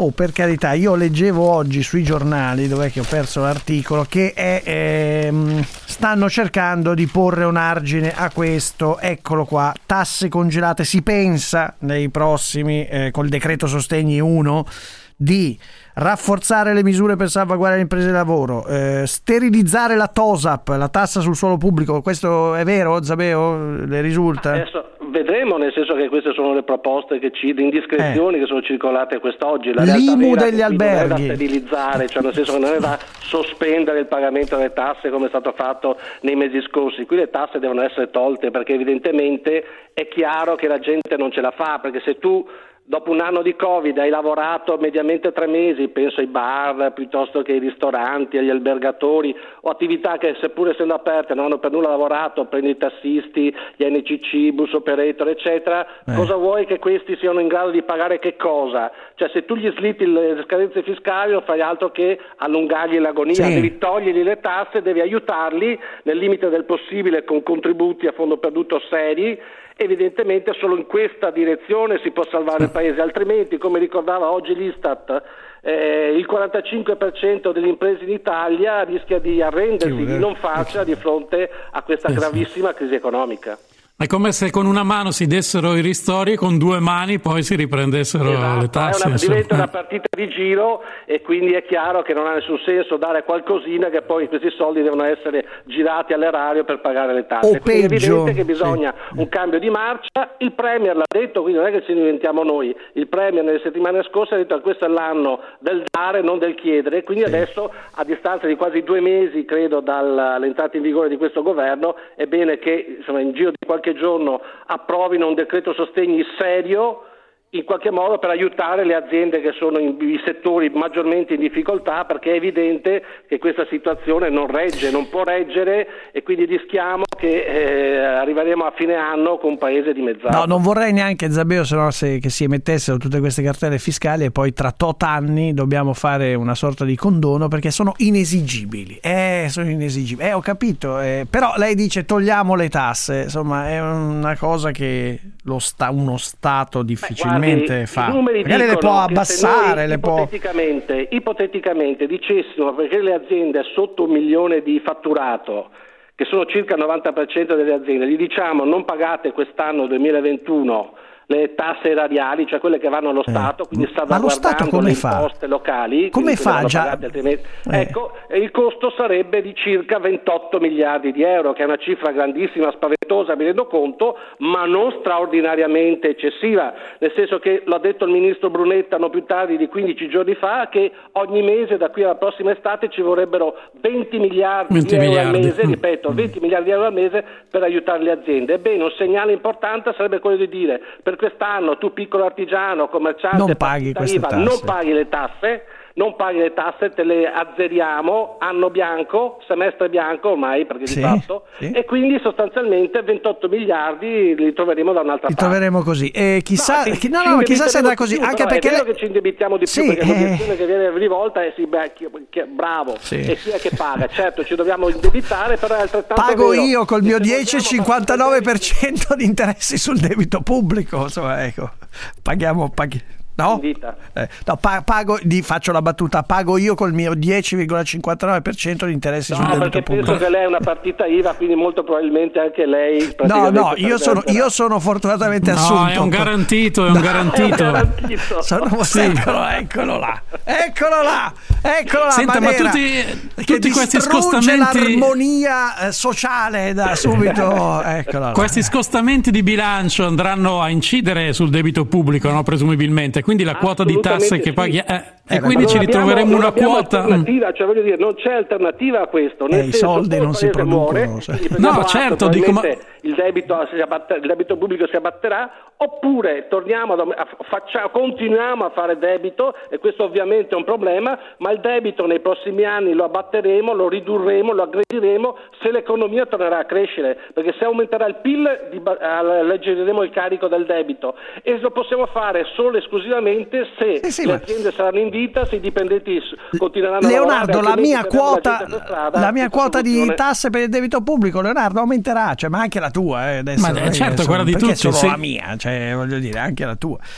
Oh, per carità, io leggevo oggi sui giornali, dov'è che ho perso l'articolo, che è, ehm, stanno cercando di porre un argine a questo, eccolo qua, tasse congelate. Si pensa nei prossimi, eh, col decreto sostegni uno, di rafforzare le misure per salvaguardare le imprese di lavoro, eh, sterilizzare la TOSAP, la tassa sul suolo pubblico. Questo è vero, Zabeo? Le risulta? Adesso vedremo, nel senso che queste sono le proposte che ci, le indiscrezioni eh. che sono circolate quest'oggi. La L'I M U degli non alberghi. è da sterilizzare, cioè nel senso che non è da sospendere il pagamento delle tasse come è stato fatto nei mesi scorsi. Qui le tasse devono essere tolte, perché evidentemente è chiaro che la gente non ce la fa, perché se tu dopo un anno di Covid hai lavorato mediamente tre mesi, penso ai bar piuttosto che ai ristoranti, agli albergatori o attività che seppur essendo aperte non hanno per nulla lavorato, prendi i tassisti, gli N C C, bus operator eccetera, eh. cosa vuoi che questi siano in grado di pagare che cosa? Cioè se tu gli slitti le scadenze fiscali non fai altro che allungargli l'agonia, sì. devi togliergli le tasse, devi aiutarli nel limite del possibile con contributi a fondo perduto seri. Evidentemente solo in questa direzione si può salvare il paese, altrimenti, come ricordava oggi l'Istat, eh, il quarantacinque per cento delle imprese in Italia rischia di arrendersi di non faccia di fronte a questa gravissima crisi economica. È come se con una mano si dessero i ristori e con due mani poi si riprendessero esatto, le tasse. È una, diventa una partita di giro e quindi è chiaro che non ha nessun senso dare qualcosina che poi questi soldi devono essere girati all'erario per pagare le tasse. O quindi peggio, è evidente che bisogna sì. un cambio di marcia. Il Premier l'ha detto, quindi non è che ci inventiamo noi. Il Premier nelle settimane scorse ha detto che questo è l'anno del dare, non del chiedere. Quindi sì. adesso, a distanza di quasi due mesi, credo, dall'entrata in vigore di questo governo, è bene che insomma, in giro di qualche giorno approvino un decreto sostegni serio in qualche modo per aiutare le aziende che sono in i settori maggiormente in difficoltà, perché è evidente che questa situazione non regge, non può reggere e quindi rischiamo che eh, arriveremo a fine anno con un paese dimezzato. No, non vorrei neanche, Zabeo, se no se, che si emettessero tutte queste cartelle fiscali e poi tra tot anni dobbiamo fare una sorta di condono perché sono inesigibili. Eh, sono inesigibili. Eh, ho capito. Eh, però lei dice togliamo le tasse, insomma è una cosa che lo sta, uno Stato difficilmente Beh, fa. Magari le può abbassare, le può... Ipoteticamente, ipoteticamente dicessimo, perché le aziende sotto un milione di fatturato, che sono circa il novanta per cento delle aziende, gli diciamo non pagate quest'anno duemilaventuno le tasse erariali, cioè quelle che vanno allo eh. Stato, quindi Ma lo Stato salvaguardando come le fa? imposte locali. Come fa già? Altrimenti... Eh. Ecco, il costo sarebbe di circa ventotto miliardi di euro, che è una cifra grandissima, spaventosa, mi rendo conto, ma non straordinariamente eccessiva, nel senso che l'ha detto il ministro Brunetta non più tardi di quindici giorni fa, che ogni mese da qui alla prossima estate ci vorrebbero venti miliardi venti di euro miliardi. al mese, ripeto, venti miliardi di euro al mese per aiutare le aziende. Ebbene, un segnale importante sarebbe quello di dire: per quest'anno tu piccolo artigiano, commerciante, non paghi queste I V A, tasse. non paghi le tasse, non paghi le tasse, te le azzeriamo, anno bianco, semestre bianco ormai, perché sì, di fatto, sì. e quindi sostanzialmente ventotto miliardi li troveremo da un'altra li parte. Li troveremo così. E chissà, no, chi, no, no, chissà se andrà così, più, anche perché è vero le... che ci indebitiamo di sì, più, perché eh... l'obiezione che viene rivolta è sì, beh, chi, chi, bravo, sì. e chi è che paga? Certo, ci dobbiamo indebitare, però è altrettanto pago vero. io col mio dieci virgola cinquantanove per cento di interessi sul debito pubblico, insomma, ecco, paghiamo, paghi... No? Eh, no, pa- pago, di, faccio la battuta, pago io col mio dieci virgola cinquantanove per cento di interessi no, sul debito perché pubblico. Penso che lei è una partita I V A, quindi molto probabilmente anche lei. No, no, io sono, io sono fortunatamente assunto. No, è un garantito, è un no, garantito. È un garantito. Sono, sì. eccolo, eccolo là, eccolo là, eccolo là. Senta, Manera, ma tutti, tutti questi scostamenti, l'armonia eh, sociale da subito. Eccola là. Questi scostamenti di bilancio andranno a incidere sul debito pubblico, no? Presumibilmente. Quindi la quota di tasse che paghi eh, eh, e quindi ci ritroveremo una quota. Cioè voglio dire, non c'è alternativa a questo. Nel eh, senso, i soldi non si producono. Muore, cioè. No, certo, dico, ma... il debito si abbatter- il debito pubblico si abbatterà, oppure torniamo a, a faccia, continuiamo a fare debito, e questo ovviamente è un problema, ma il debito nei prossimi anni lo abbatteremo, lo ridurremo, lo aggrediremo se l'economia tornerà a crescere, perché se aumenterà il P I L di, alleggeriremo il carico del debito, e lo possiamo fare solo e esclusivamente se sì, sì, le ma... aziende saranno in vita, se i dipendenti continueranno Leonardo, a lavorare. la mia quota, la, strada, la mia quota soluzione... di tasse per il debito pubblico, Leonardo, aumenterà, cioè, ma anche la tua eh, adesso, ma eh, certo, adesso, quella di perché tutti, solo sì. la mia, cioè voglio dire anche la tua.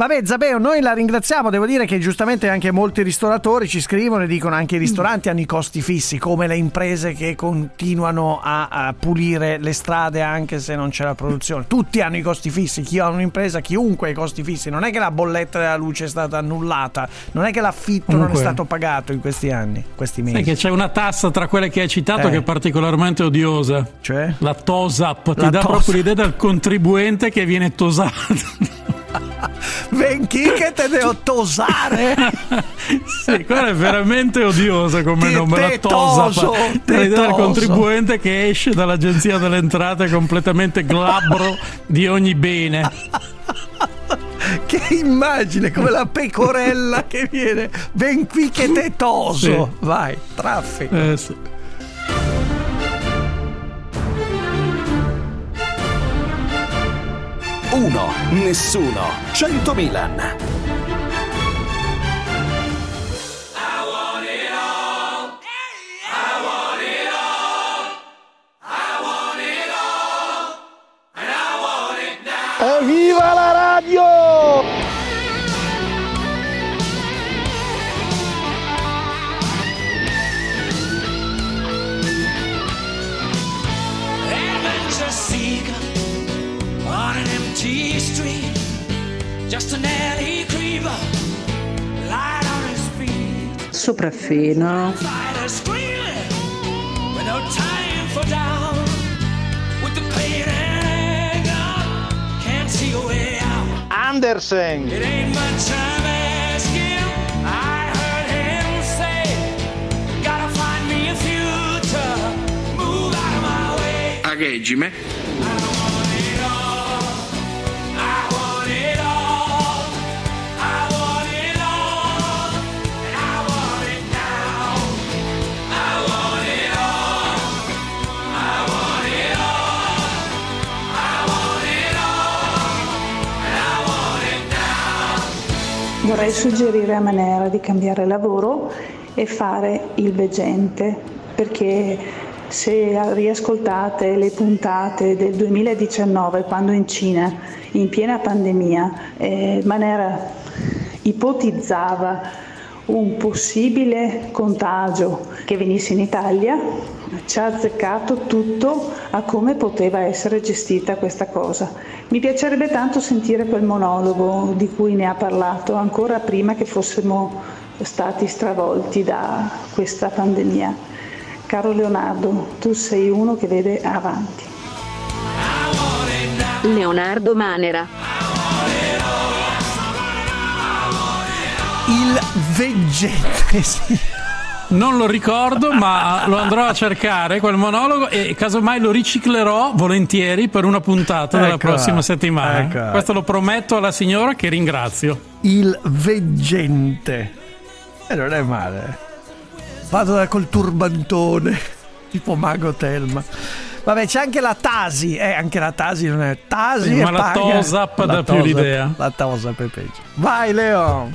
Vabbè, Zabeo, noi la ringraziamo. Devo dire che giustamente anche molti ristoratori ci scrivono e dicono anche i ristoranti hanno i costi fissi, come le imprese che continuano a, a pulire le strade anche se non c'è la produzione. Tutti hanno i costi fissi, chi ha un'impresa, chiunque ha i costi fissi. Non è che la bolletta della luce è stata annullata, non è che l'affitto Comunque, non è stato pagato in questi anni, questi mesi. Sai che c'è una tassa tra quelle che hai citato Eh. che è particolarmente odiosa, cioè la TOSAP, ti La dà TOSAP. proprio l'idea del contribuente che viene tosato. Venchi che te devo tosare. Sì, quella è veramente odiosa come Ti nome, la tetoso, TOSAP. L'idea del tetoso. contribuente che esce dall'agenzia delle entrate completamente glabro di ogni bene. Che immagine, come la pecorella che viene. Ven qui che te toso. Sì. Vai, traffico. Eh, sì. Uno, nessuno, cento Milan. Evviva la radio! Adventure seeker on an empty street, just an alley creeper, light on his feet. Sopraffino. Fighter screaming with no time for down, with the pain and anger, can't see a way out. Andersen. It ain't much I'm asking. I heard him say, gotta find me a future, move out of my way. A regime. Vorrei suggerire a Manera di cambiare lavoro e fare il veggente, perché se riascoltate le puntate del duemiladiciannove, quando in Cina, in piena pandemia, eh, Manera ipotizzava un possibile contagio che venisse in Italia, ci ha azzeccato tutto a come poteva essere gestita questa cosa. Mi piacerebbe tanto sentire quel monologo di cui ne ha parlato ancora prima che fossimo stati stravolti da questa pandemia. Caro Leonardo, tu sei uno che vede avanti. Leonardo Manera. Il veggente, sì. Non lo ricordo, ma lo andrò a cercare quel monologo e casomai lo riciclerò volentieri per una puntata della Ecco, prossima settimana. ecco. Questo lo prometto alla signora, che ringrazio. Il veggente. E non è male. Vado da col turbantone, tipo Mago Telma. Vabbè, c'è anche la Tasi, eh, anche la Tasi non è Tasi, Sì, e ma la paga. TOSAP dà più TOSAP, l'idea. La TOSAP è peggio. Vai Leo.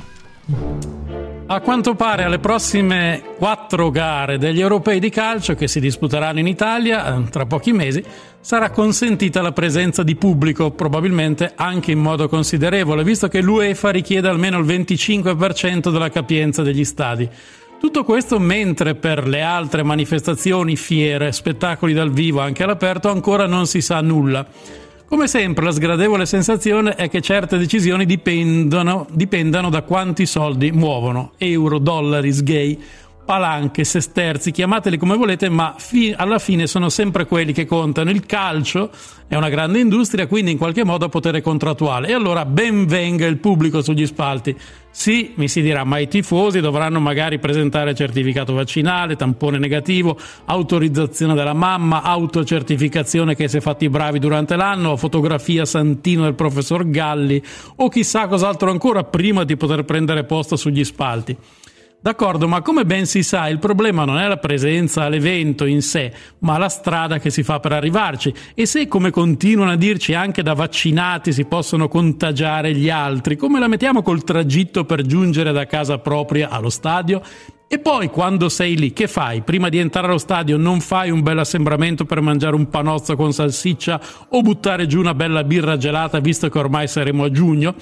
A quanto pare alle prossime quattro gare degli europei di calcio che si disputeranno in Italia eh, tra pochi mesi sarà consentita la presenza di pubblico, probabilmente anche in modo considerevole, visto che l'UEFA richiede almeno il venticinque per cento della capienza degli stadi. Tutto questo mentre per le altre manifestazioni, fiere, spettacoli dal vivo anche all'aperto ancora non si sa nulla. Come sempre la sgradevole sensazione è che certe decisioni dipendono, dipendano da quanti soldi muovono, euro, dollari, sgay, palanche, sesterzi, chiamateli come volete, ma fi- alla fine sono sempre quelli che contano. Il calcio è una grande industria, quindi in qualche modo ha potere contrattuale, e allora ben venga il pubblico sugli spalti. Sì, mi si dirà, ma i tifosi dovranno magari presentare certificato vaccinale, tampone negativo, autorizzazione della mamma, autocertificazione che si è fatti bravi durante l'anno, fotografia santino del professor Galli o chissà cos'altro ancora prima di poter prendere posto sugli spalti. D'accordo, ma come ben si sa, il problema non è la presenza all'evento in sé, ma la strada che si fa per arrivarci. E se, come continuano a dirci, anche da vaccinati si possono contagiare gli altri, come la mettiamo col tragitto per giungere da casa propria allo stadio? E poi, quando sei lì, che fai? Prima di entrare allo stadio non fai un bel assembramento per mangiare un panozzo con salsiccia o buttare giù una bella birra gelata, visto che ormai saremo a giugno?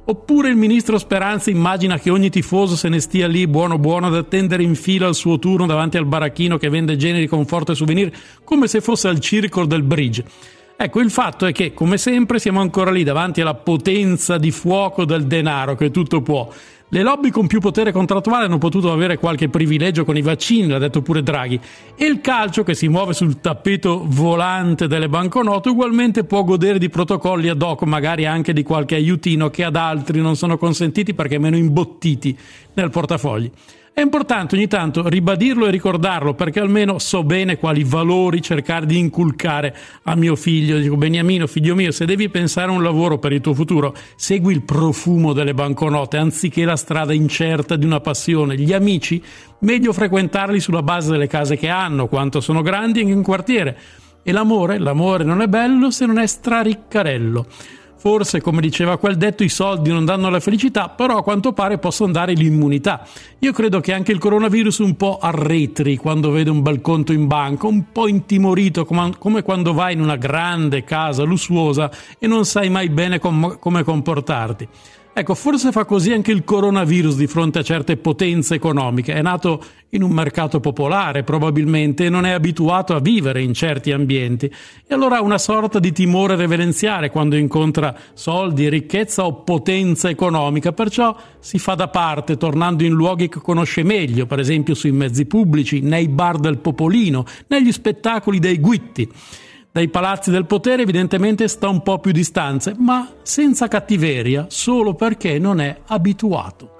Oppure il ministro Speranza immagina che ogni tifoso se ne stia lì buono buono ad attendere in fila il suo turno davanti al baracchino che vende generi, conforto e souvenir, come se fosse al circo del bridge. Ecco, il fatto è che, come sempre, siamo ancora lì davanti alla potenza di fuoco del denaro che tutto può. Le lobby con più potere contrattuale hanno potuto avere qualche privilegio con i vaccini, l'ha detto pure Draghi, e il calcio, che si muove sul tappeto volante delle banconote, ugualmente può godere di protocolli ad hoc, magari anche di qualche aiutino che ad altri non sono consentiti perché meno imbottiti nel portafogli. È importante ogni tanto ribadirlo e ricordarlo, perché almeno so bene quali valori cercare di inculcare a mio figlio. Dico: Beniamino, figlio mio, se devi pensare a un lavoro per il tuo futuro, segui il profumo delle banconote anziché la strada incerta di una passione. Gli amici, meglio frequentarli sulla base delle case che hanno, quanto sono grandi in quartiere. E l'amore, l'amore non è bello se non è strariccarello. Forse, come diceva quel detto, i soldi non danno la felicità, però a quanto pare possono dare l'immunità. Io credo che anche il coronavirus un po' arretri quando vede un bel conto in banca, un po' intimorito, come, come quando vai in una grande casa lussuosa e non sai mai bene com- come comportarti. Ecco, forse fa così anche il coronavirus di fronte a certe potenze economiche. È nato in un mercato popolare, probabilmente, e non è abituato a vivere in certi ambienti. E allora ha una sorta di timore reverenziale quando incontra soldi, ricchezza o potenza economica. Perciò si fa da parte, tornando in luoghi che conosce meglio, per esempio sui mezzi pubblici, nei bar del popolino, negli spettacoli dei guitti. Dai palazzi del potere evidentemente sta un po' più distanze, ma senza cattiveria, solo perché non è abituato.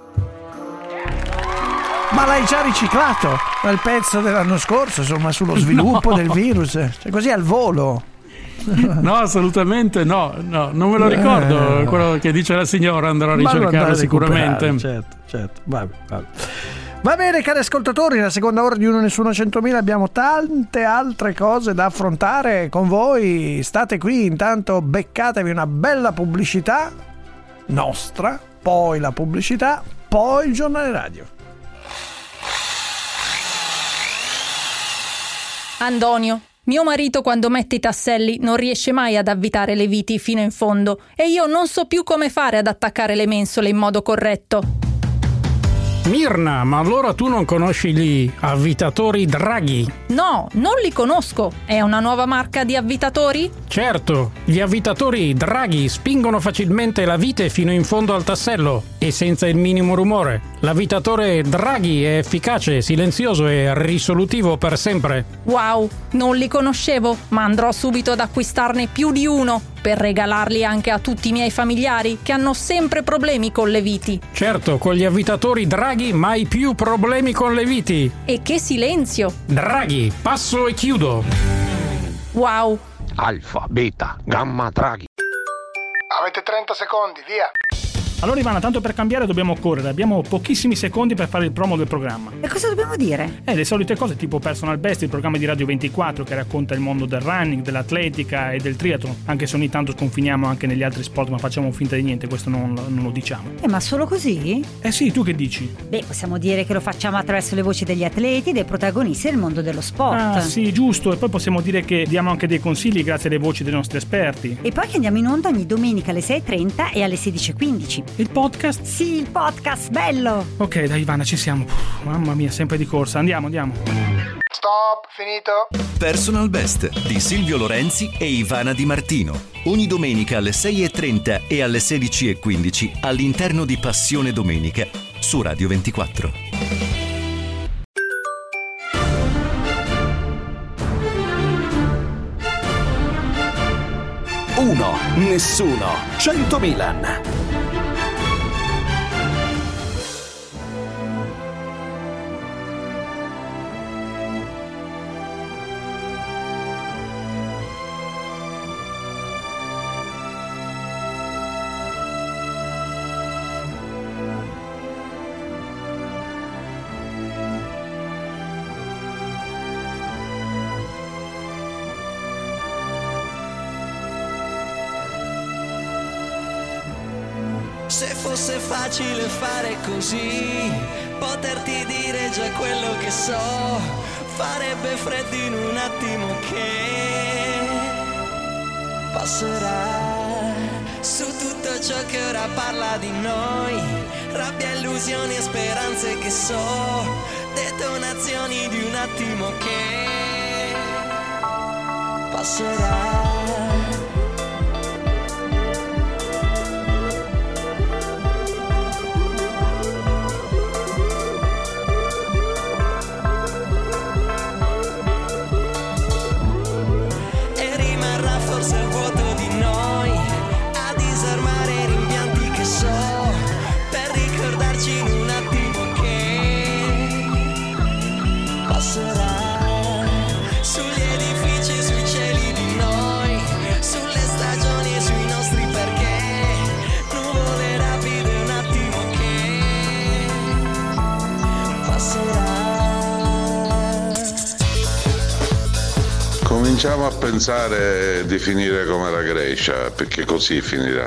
Ma l'hai già riciclato quel pezzo dell'anno scorso, insomma, sullo sviluppo No. del virus, cioè così al volo. No, assolutamente no, no, non me lo ricordo, Eh. quello che dice la signora, andrò a Ma lo andare ricercarlo a sicuramente. recuperare, certo, certo. Vabbè, vabbè. Va bene, cari ascoltatori, nella seconda ora di Uno Nessuno centomila abbiamo tante altre cose da affrontare con voi. State qui, intanto beccatevi una bella pubblicità nostra, poi la pubblicità, poi il giornale radio. Antonio, mio marito quando mette i tasselli non riesce mai ad avvitare le viti fino in fondo e io non so più come fare ad attaccare le mensole in modo corretto. Mirna, ma allora tu non conosci gli avvitatori Draghi? No, non li conosco. È una nuova marca di avvitatori? Certo, gli avvitatori Draghi spingono facilmente la vite fino in fondo al tassello e senza il minimo rumore. L'avvitatore Draghi è efficace, silenzioso e risolutivo per sempre. Wow, non li conoscevo, ma andrò subito ad acquistarne più di uno per regalarli anche a tutti i miei familiari che hanno sempre problemi con le viti. Certo, con gli avvitatori Draghi mai più problemi con le viti. E che silenzio! Draghi, passo e chiudo. Wow. Alfa, beta, gamma, Draghi. Avete trenta secondi, via. Allora Ivana, tanto per cambiare dobbiamo correre, abbiamo pochissimi secondi per fare il promo del programma. E cosa dobbiamo dire? Eh, le solite cose tipo Personal Best, il programma di Radio ventiquattro che racconta il mondo del running, dell'atletica e del triathlon, anche se ogni tanto sconfiniamo anche negli altri sport, ma facciamo finta di niente, questo non, non lo diciamo. Eh, ma solo così? Eh sì, tu che dici? Beh, possiamo dire che lo facciamo attraverso le voci degli atleti e dei protagonisti del mondo dello sport. Ah sì, giusto, e poi possiamo dire che diamo anche dei consigli grazie alle voci dei nostri esperti. E poi che andiamo in onda ogni domenica alle sei e trenta e alle sedici e quindici. Il podcast? Sì, il podcast, bello! Ok, dai Ivana, ci siamo. Puh, mamma mia, sempre di corsa, andiamo, andiamo. Stop, finito. Personal Best di Silvio Lorenzi e Ivana Di Martino. Ogni domenica alle sei e trenta e alle sedici e quindici all'interno di Passione Domenica su Radio ventiquattro. Uno, nessuno, cento Milan. Se fosse facile fare così, poterti dire già quello che so, farebbe freddo in un attimo che passerà. Su tutto ciò che ora parla di noi, rabbia, illusioni e speranze che so, detonazioni di un attimo che passerà. Forse il vuoto di noi a disarmare i rimpianti che so, per ricordarci in un attimo che passerà. Sugli edifici, sui cieli di noi, sulle stagioni e sui nostri perché, nuvole rapide un attimo che passerà. Cominciamo a pensare di finire come la Grecia, perché così finirà.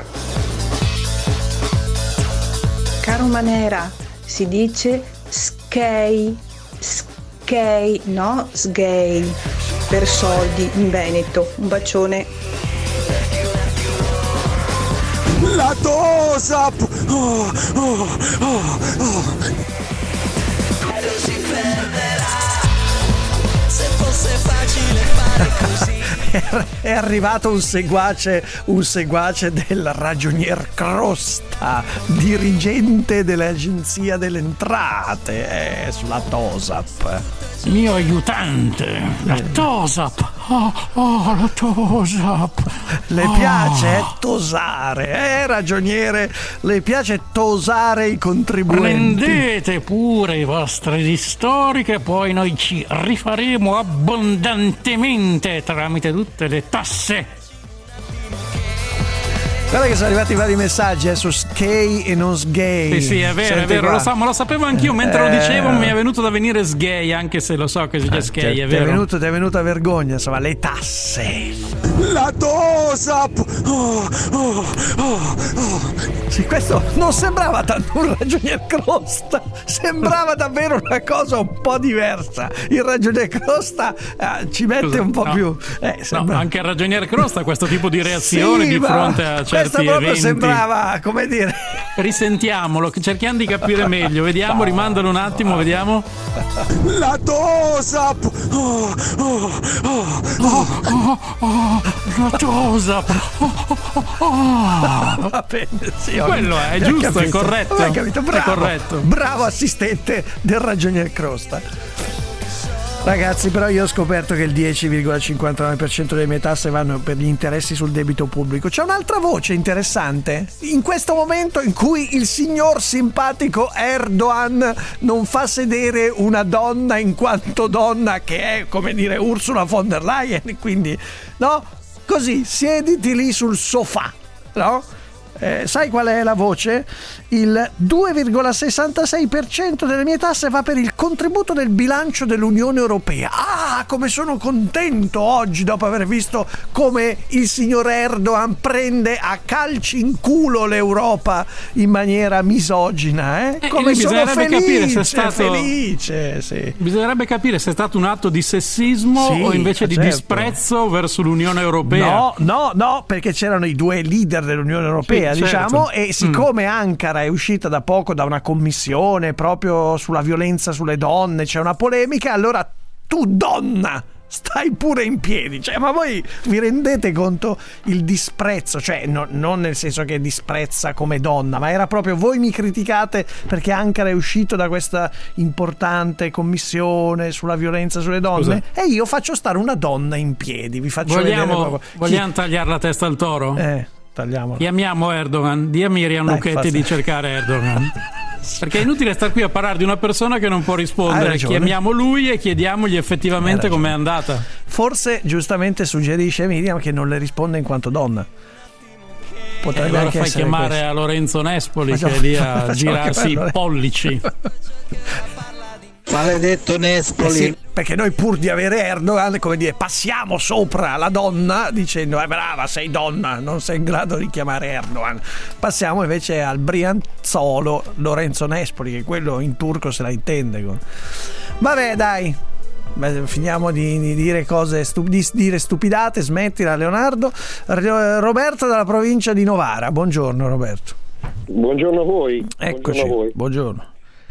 Caro Manera, si dice skei, skei, no sgay, per soldi in Veneto. Un bacione. La Tosap! Oh, oh, oh, oh. Si perderà. Se fosse facile fare così. È arrivato un seguace, un seguace del ragionier Crosta, dirigente dell'Agenzia delle Entrate, eh, sulla Tosap. Mio aiutante, la Tosap. Oh, oh, la Tosap. Le Oh. piace tosare, eh, ragioniere? Le piace tosare i contribuenti? Prendete pure i vostri ristori che poi noi ci rifaremo abbondantemente tramite tutte le tasse. Guarda che sono arrivati vari messaggi eh, su Skay e non Sgay. Sì, sì, è vero, Senti è vero, qua. lo, so, ma lo sapevo anch'io mentre lo Eh. dicevo, mi è venuto da venire sgay, anche se lo so che si dice skay, Ti è è vero. venuto, ti è venuta vergogna, insomma, le tasse. La Tosap! Oh, oh, oh, oh. Sì, questo non sembrava tanto un ragionier Crosta, sembrava davvero una cosa un po' diversa. Il ragionier Crosta eh, ci mette Scusa, un po' no. più. Eh, sembra... No, anche il ragionier Crosta ha questo tipo di reazioni Sì, di ma fronte a certi questa proprio eventi. sembrava, come dire. Risentiamolo, cerchiamo di capire meglio. Vediamo, rimandalo un attimo, vediamo. La Tosap! Oh, oh, oh, oh, oh, oh, la Tosap! Oh, oh, oh, oh. Va bene, sì, ho- Quello è, è ho giusto, è capito. corretto. Ho capito, bravo, È corretto. bravo assistente del ragionier Crosta. Ragazzi, però io ho scoperto che il dieci virgola cinquantanove per cento delle mie tasse vanno per gli interessi sul debito pubblico. C'è un'altra voce interessante. In questo momento in cui il signor simpatico Erdogan non fa sedere una donna in quanto donna, che è, come dire, Ursula von der Leyen, quindi, no? Così, siediti lì sul sofà, no? Eh, sai qual è la voce? Il due virgola sessantasei per cento delle mie tasse va per il contributo del bilancio dell'Unione Europea. Ah, come sono contento oggi dopo aver visto come il signor Erdogan prende a calci in culo l'Europa in maniera misogina, eh? Eh, Come lì sono bisognerebbe felice, capire se è stato- felice, sì. Bisognerebbe capire se è stato un atto di sessismo Sì, o invece di certo. disprezzo verso l'Unione Europea. No, no, no, perché c'erano i due leader dell'Unione Europea, Sì, diciamo, certo. e siccome Ankara è uscita da poco da una commissione proprio sulla violenza sulle donne, c'è una polemica, allora tu donna stai pure in piedi, cioè, ma voi vi rendete conto il disprezzo, cioè no, non nel senso che disprezza come donna, ma era proprio voi mi criticate perché Ankara è uscito da questa importante commissione sulla violenza sulle donne. Scusa. E io faccio stare una donna in piedi, vi faccio vedere Vogliamo, proprio. vogliamo tagliare la testa al toro? Eh, tagliamolo. Chiamiamo Erdogan, di a Miriam Dai, Lucchetti forza. di cercare Erdogan. Perché è inutile star qui a parlare di una persona che non può Hai rispondere. ragione. Chiamiamo lui e chiediamogli effettivamente Hai ragione. com'è andata. Forse giustamente suggerisce Miriam che non le risponde in quanto donna. E Potrebbe allora anche fai essere chiamare questo. a Lorenzo Nespoli Facciamo- che è lì a facciamo girarsi chiamare- i pollici. Maledetto Nespoli. Eh sì, perché noi pur di avere Erdogan, come dire, passiamo sopra la donna dicendo eh brava, sei donna, non sei in grado di chiamare Erdogan. Passiamo invece al brianzolo Lorenzo Nespoli, che quello in turco se la intende con... Vabbè, dai, Beh, finiamo di, di dire cose stu- di dire stupidate, smettila Leonardo. R- Roberto dalla provincia di Novara. Buongiorno Roberto. Buongiorno a voi. Eccoci. Buongiorno a voi. Buongiorno.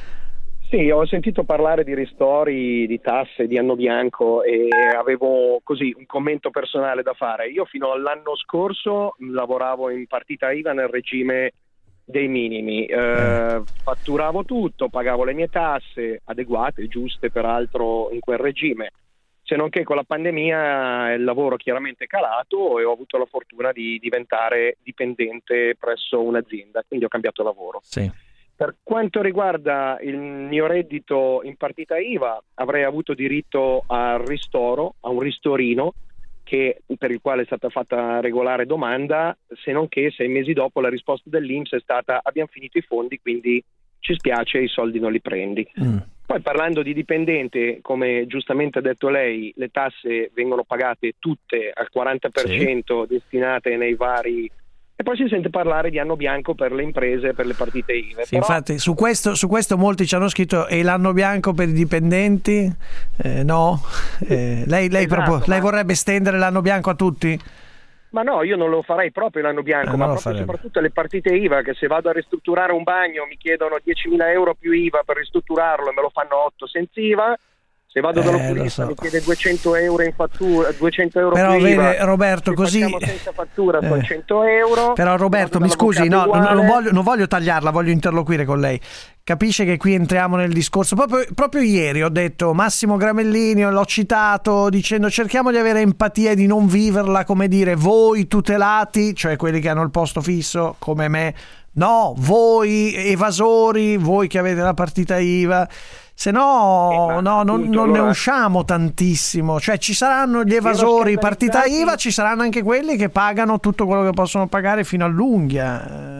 Sì, ho sentito parlare di ristori, di tasse, di anno bianco e avevo così un commento personale da fare. Io fino all'anno scorso lavoravo in partita I V A nel regime dei minimi, eh, fatturavo tutto, pagavo le mie tasse adeguate, giuste peraltro in quel regime, se non che con la pandemia il lavoro chiaramente è calato e ho avuto la fortuna di diventare dipendente presso un'azienda, quindi ho cambiato lavoro. Sì. Per quanto riguarda il mio reddito in partita I V A, avrei avuto diritto al ristoro, a un ristorino, che, per il quale è stata fatta regolare domanda, se non che sei mesi dopo la risposta dell'I N P S è stata: abbiamo finito i fondi, quindi ci spiace, i soldi non li prendi. Mm. Poi parlando di dipendente, come giustamente ha detto lei, le tasse vengono pagate tutte al quaranta per cento, sì, destinate nei vari... E poi si sente parlare di anno bianco per le imprese, per le partite I V A. Sì, però... Infatti su questo, su questo molti ci hanno scritto: e l'anno bianco per i dipendenti? Eh, no? Eh, lei, lei, esatto, proprio, ma... lei vorrebbe stendere l'anno bianco a tutti? Ma no, io non lo farei proprio l'anno bianco, eh, ma proprio soprattutto le partite I V A, che se vado a ristrutturare un bagno mi chiedono diecimila euro più I V A per ristrutturarlo e me lo fanno otto senza I V A. Se vado eh, dall'oculista so. mi chiede duecento euro in fattura, duecento euro però più I V A. Vede, Roberto, se così facciamo senza fattura eh. sono cento euro. Però Roberto, mi scusi, no, non voglio, non voglio tagliarla, voglio interloquire con lei. Capisce che qui entriamo nel discorso. Proprio, proprio ieri ho detto Massimo Gramellini, l'ho citato dicendo: cerchiamo di avere empatia e di non viverla, come dire, voi tutelati, cioè quelli che hanno il posto fisso come me, no, voi evasori, voi che avete la partita I V A. Se no, eh, no non, non allora... ne usciamo tantissimo. Cioè ci saranno gli evasori partita I V A, ci saranno anche quelli che pagano tutto quello che possono pagare fino all'unghia.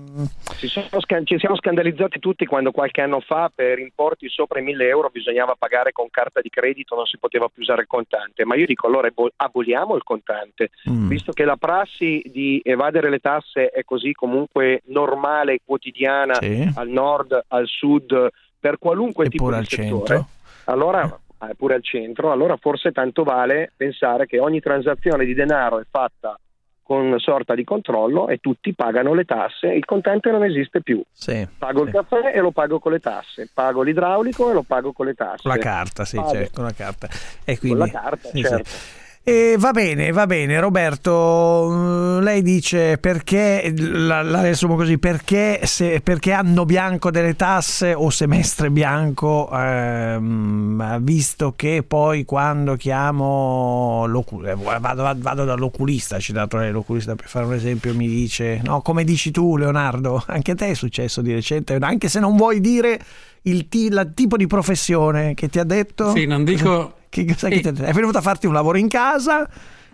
Ci, sono, ci siamo scandalizzati tutti quando qualche anno fa per importi sopra i mille euro bisognava pagare con carta di credito, non si poteva più usare il contante. Ma io dico, allora aboliamo il contante, mm. visto che la prassi di evadere le tasse è così comunque normale, quotidiana, sì, al nord, al sud, per qualunque e tipo di settore, centro. Allora eh, pure al centro, allora forse tanto vale pensare che ogni transazione di denaro è fatta con sorta di controllo e tutti pagano le tasse, il contante non esiste più. Sì, pago sì. il caffè e lo pago con le tasse, pago l'idraulico e lo pago con le tasse. Con la carta, sì, cioè, con la carta. E quindi, con la carta, sì, certo. Sì. E va bene, va bene, Roberto. Lei dice perché la, la riassumo così: perché, se, perché anno bianco delle tasse o semestre bianco, ehm, visto che poi quando chiamo vado, vado dall'oculista, ci dato lei l'oculista per fare un esempio, mi dice no, come dici tu Leonardo, anche a te è successo di recente, anche se non vuoi dire il, t- il tipo di professione che ti ha detto. Sì, non dico. Che, che, che ti, è venuto a farti un lavoro in casa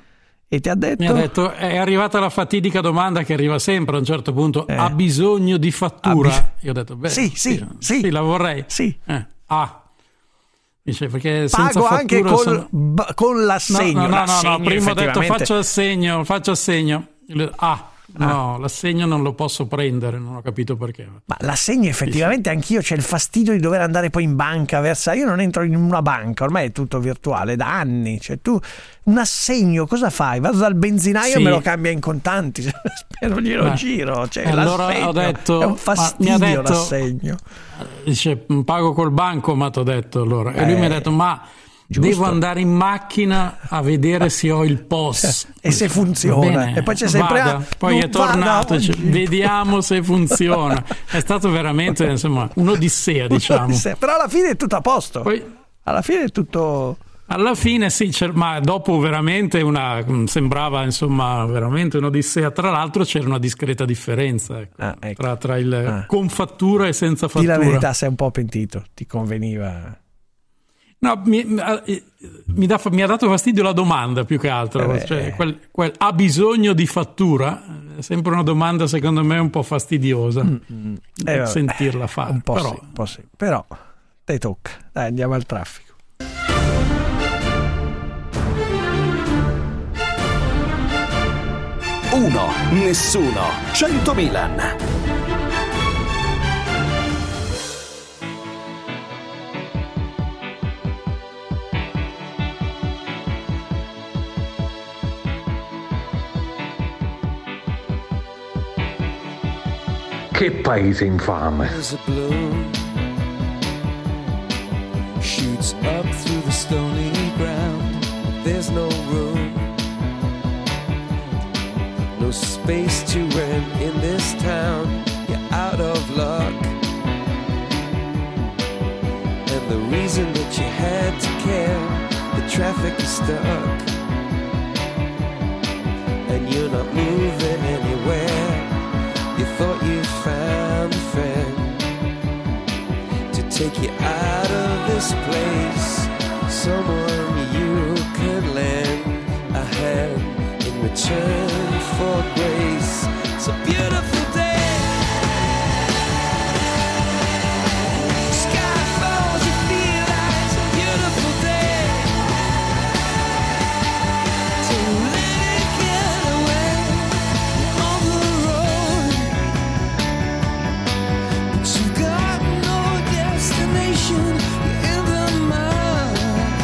e ti ha detto? Mi ha detto, è arrivata la fatidica domanda che arriva sempre a un certo punto, eh. ha bisogno di fattura? Bis- Io ho detto, beh, sì, sì, sì, sì, sì la vorrei. Sì. Eh. Ah. Dice, perché pago senza anche col, sono... b- con l'assegno. No, no, no, l'assegno, no, prima ho detto faccio assegno, faccio assegno. Ah. No, ah. l'assegno non lo posso prendere, non ho capito perché. Ma l'assegno effettivamente anch'io c'è il fastidio di dover andare poi in banca a versare. Io non entro in una banca, ormai è tutto virtuale da anni. Cioè tu un assegno cosa fai? Vado dal benzinaio sì. e me lo cambia in contanti, spero glielo eh. giro. Cioè, allora ho detto, è un fastidio mi ha detto, l'assegno. Dice pago col banco, ma t'ho detto allora. E lui eh. mi ha detto ma giusto. Devo andare in macchina a vedere se ho il P O S e se funziona. E poi c'è sempre vada. Poi è tornato, cioè, vediamo se funziona. È stato veramente insomma un'odissea, diciamo. Un'odissea. Però alla fine è tutto a posto. Poi, alla fine è tutto. Alla fine sì, ma dopo veramente una sembrava insomma veramente un'odissea. Tra l'altro c'era una discreta differenza ecco, ah, ecco. tra, tra il ah. con fattura e senza fattura. Di la verità, sei un po' pentito, ti conveniva. No, mi, mi, da, mi ha dato fastidio la domanda più che altro, eh cioè, quel, quel, ha bisogno di fattura? È sempre una domanda secondo me un po' fastidiosa mm-hmm. eh, sentirla fare. Un po' però, sì, un po' sì. Però te tocca, dai andiamo al traffico. Uno, nessuno, cento Milan. Che paese infame. Shoots up through the stony ground. There's no room, no space to rent in this town. You're out of luck, and the reason that you had to care, the traffic is stuck, and you're not moving anywhere. You thought you found a friend to take you out of this place, someone you could lend a hand in return for grace. It's a beautiful day. Sky falls, you feel like it's a beautiful day. So let it get away on the road, but you got no destination. You're in the mud,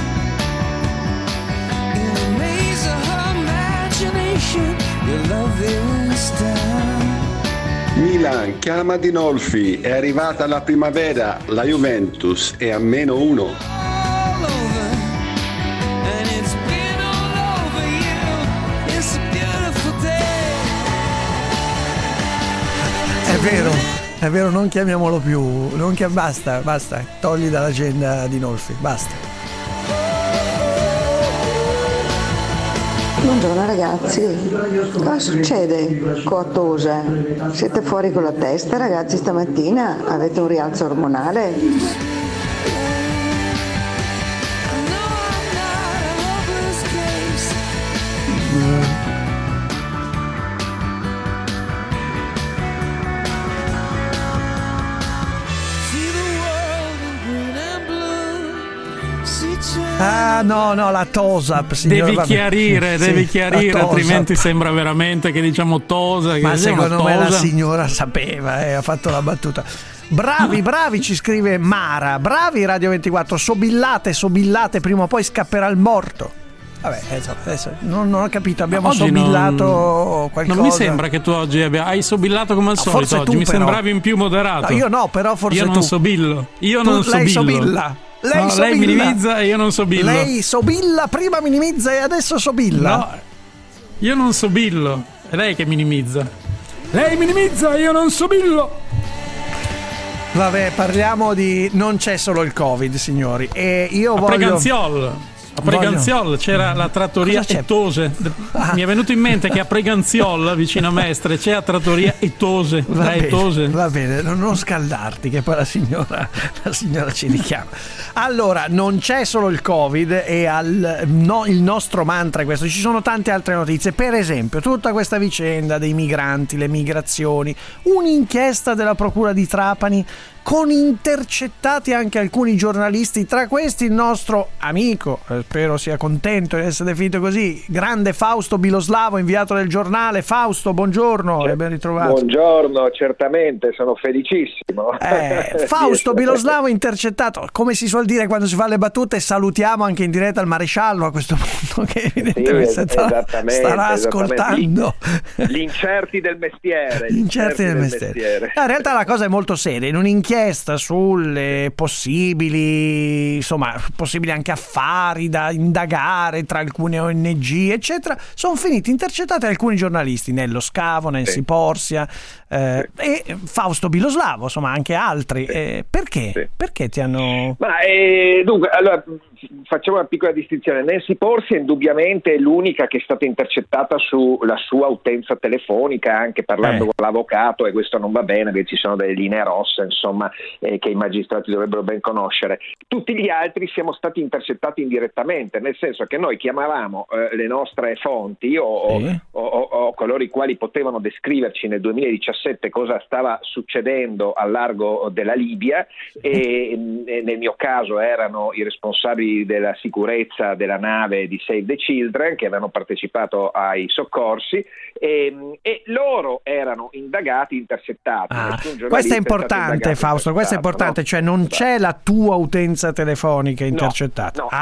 in the maze of her imagination. Your love is down. Milan chiama Dinolfi, è arrivata la primavera, la Juventus è a meno uno. All over, and it's been all over you. It's a beautiful day. È vero, è vero, non chiamiamolo più, non chiam- basta, basta, togli dall'agenda di Nolfi, basta. Buongiorno ragazzi, cosa succede Coatosa? Siete fuori con la testa ragazzi stamattina? Avete un rialzo ormonale? Ah no, no, la Tosap, signora, devi vabbè. chiarire, Sì, devi sì, chiarire, la Tosap. altrimenti sembra veramente che diciamo Tosa. Che Ma sia una secondo me la Tosa. signora sapeva, eh, ha fatto la battuta. Bravi, bravi, ci scrive Mara. Bravi Radio ventiquattro, sobillate, sobillate, prima o poi scapperà il morto. Vabbè, insomma, adesso non, non ho capito, abbiamo Oggi sobillato non, qualcosa. Non mi sembra che tu oggi abbia, hai sobillato come al No, solito forse oggi, tu, mi però. sembravi in più moderato. No, io no, però forse Io tu. non sobillo. Io Tu- non lei sobillo. sobilla. Lei, No, sobilla. lei minimizza e io non sobillo. Lei sobilla, prima minimizza e adesso sobilla. No, io non sobillo. È lei che minimizza. Lei minimizza, io non sobillo. Vabbè, parliamo di non c'è solo il Covid, signori. E io A voglio Preganziol. A Preganziol c'era la trattoria Cosa c'è? Ettose. Mi è venuto in mente che a Preganziol, vicino a Mestre, c'è la trattoria Ettose. Va Da bene, Ettose. va bene, non, non scaldarti che poi la signora, la signora ci richiama. Allora, non c'è solo il Covid e al, no, il nostro mantra è questo, ci sono tante altre notizie, per esempio tutta questa vicenda dei migranti, le migrazioni, un'inchiesta della Procura di Trapani con intercettati anche alcuni giornalisti, tra questi il nostro amico, eh, spero sia contento di essere definito così, grande Fausto Biloslavo, inviato del giornale. Fausto, buongiorno e ben ritrovato. Buongiorno, certamente, sono felicissimo. Eh, Fausto Biloslavo intercettato, come si suol dire quando si fa le battute, salutiamo anche in diretta al maresciallo a questo punto, che evidentemente Sì, starà, esattamente, starà esattamente. ascoltando. Gli incerti del mestiere. Gli incerti del mestiere. No, in realtà la cosa è molto seria, in un'inchiesta sulle possibili, insomma, possibili anche affari da indagare tra alcune O N G, eccetera, sono finiti intercettati alcuni giornalisti, Nello Scavo, Nancy Sì. Porsia, eh, Sì. e Fausto Biloslavo, insomma anche altri. Eh, perché? Sì. Perché ti hanno... Ma eh, dunque, allora facciamo una piccola distinzione. Nancy Porsia indubbiamente è l'unica che è stata intercettata sulla sua utenza telefonica, anche parlando Eh. con l'avvocato, e questo non va bene perché ci sono delle linee rosse, insomma, eh, che i magistrati dovrebbero ben conoscere. Tutti gli altri siamo stati intercettati indirettamente, nel senso che noi chiamavamo eh, le nostre fonti o, Sì. o, o, o coloro i quali potevano descriverci nel duemiladiciassette cosa stava succedendo al largo della Libia, e, e nel mio caso erano i responsabili della sicurezza della nave di Save the Children che avevano partecipato ai soccorsi, e, e loro erano indagati, intercettati. Ah, Nessun giornalista questo è stato importante, indagato, Fausto, questo è intercettato, importante, no? cioè non c'è la tua utenza telefonica No, intercettata. no, ah, eh, ecco. qua,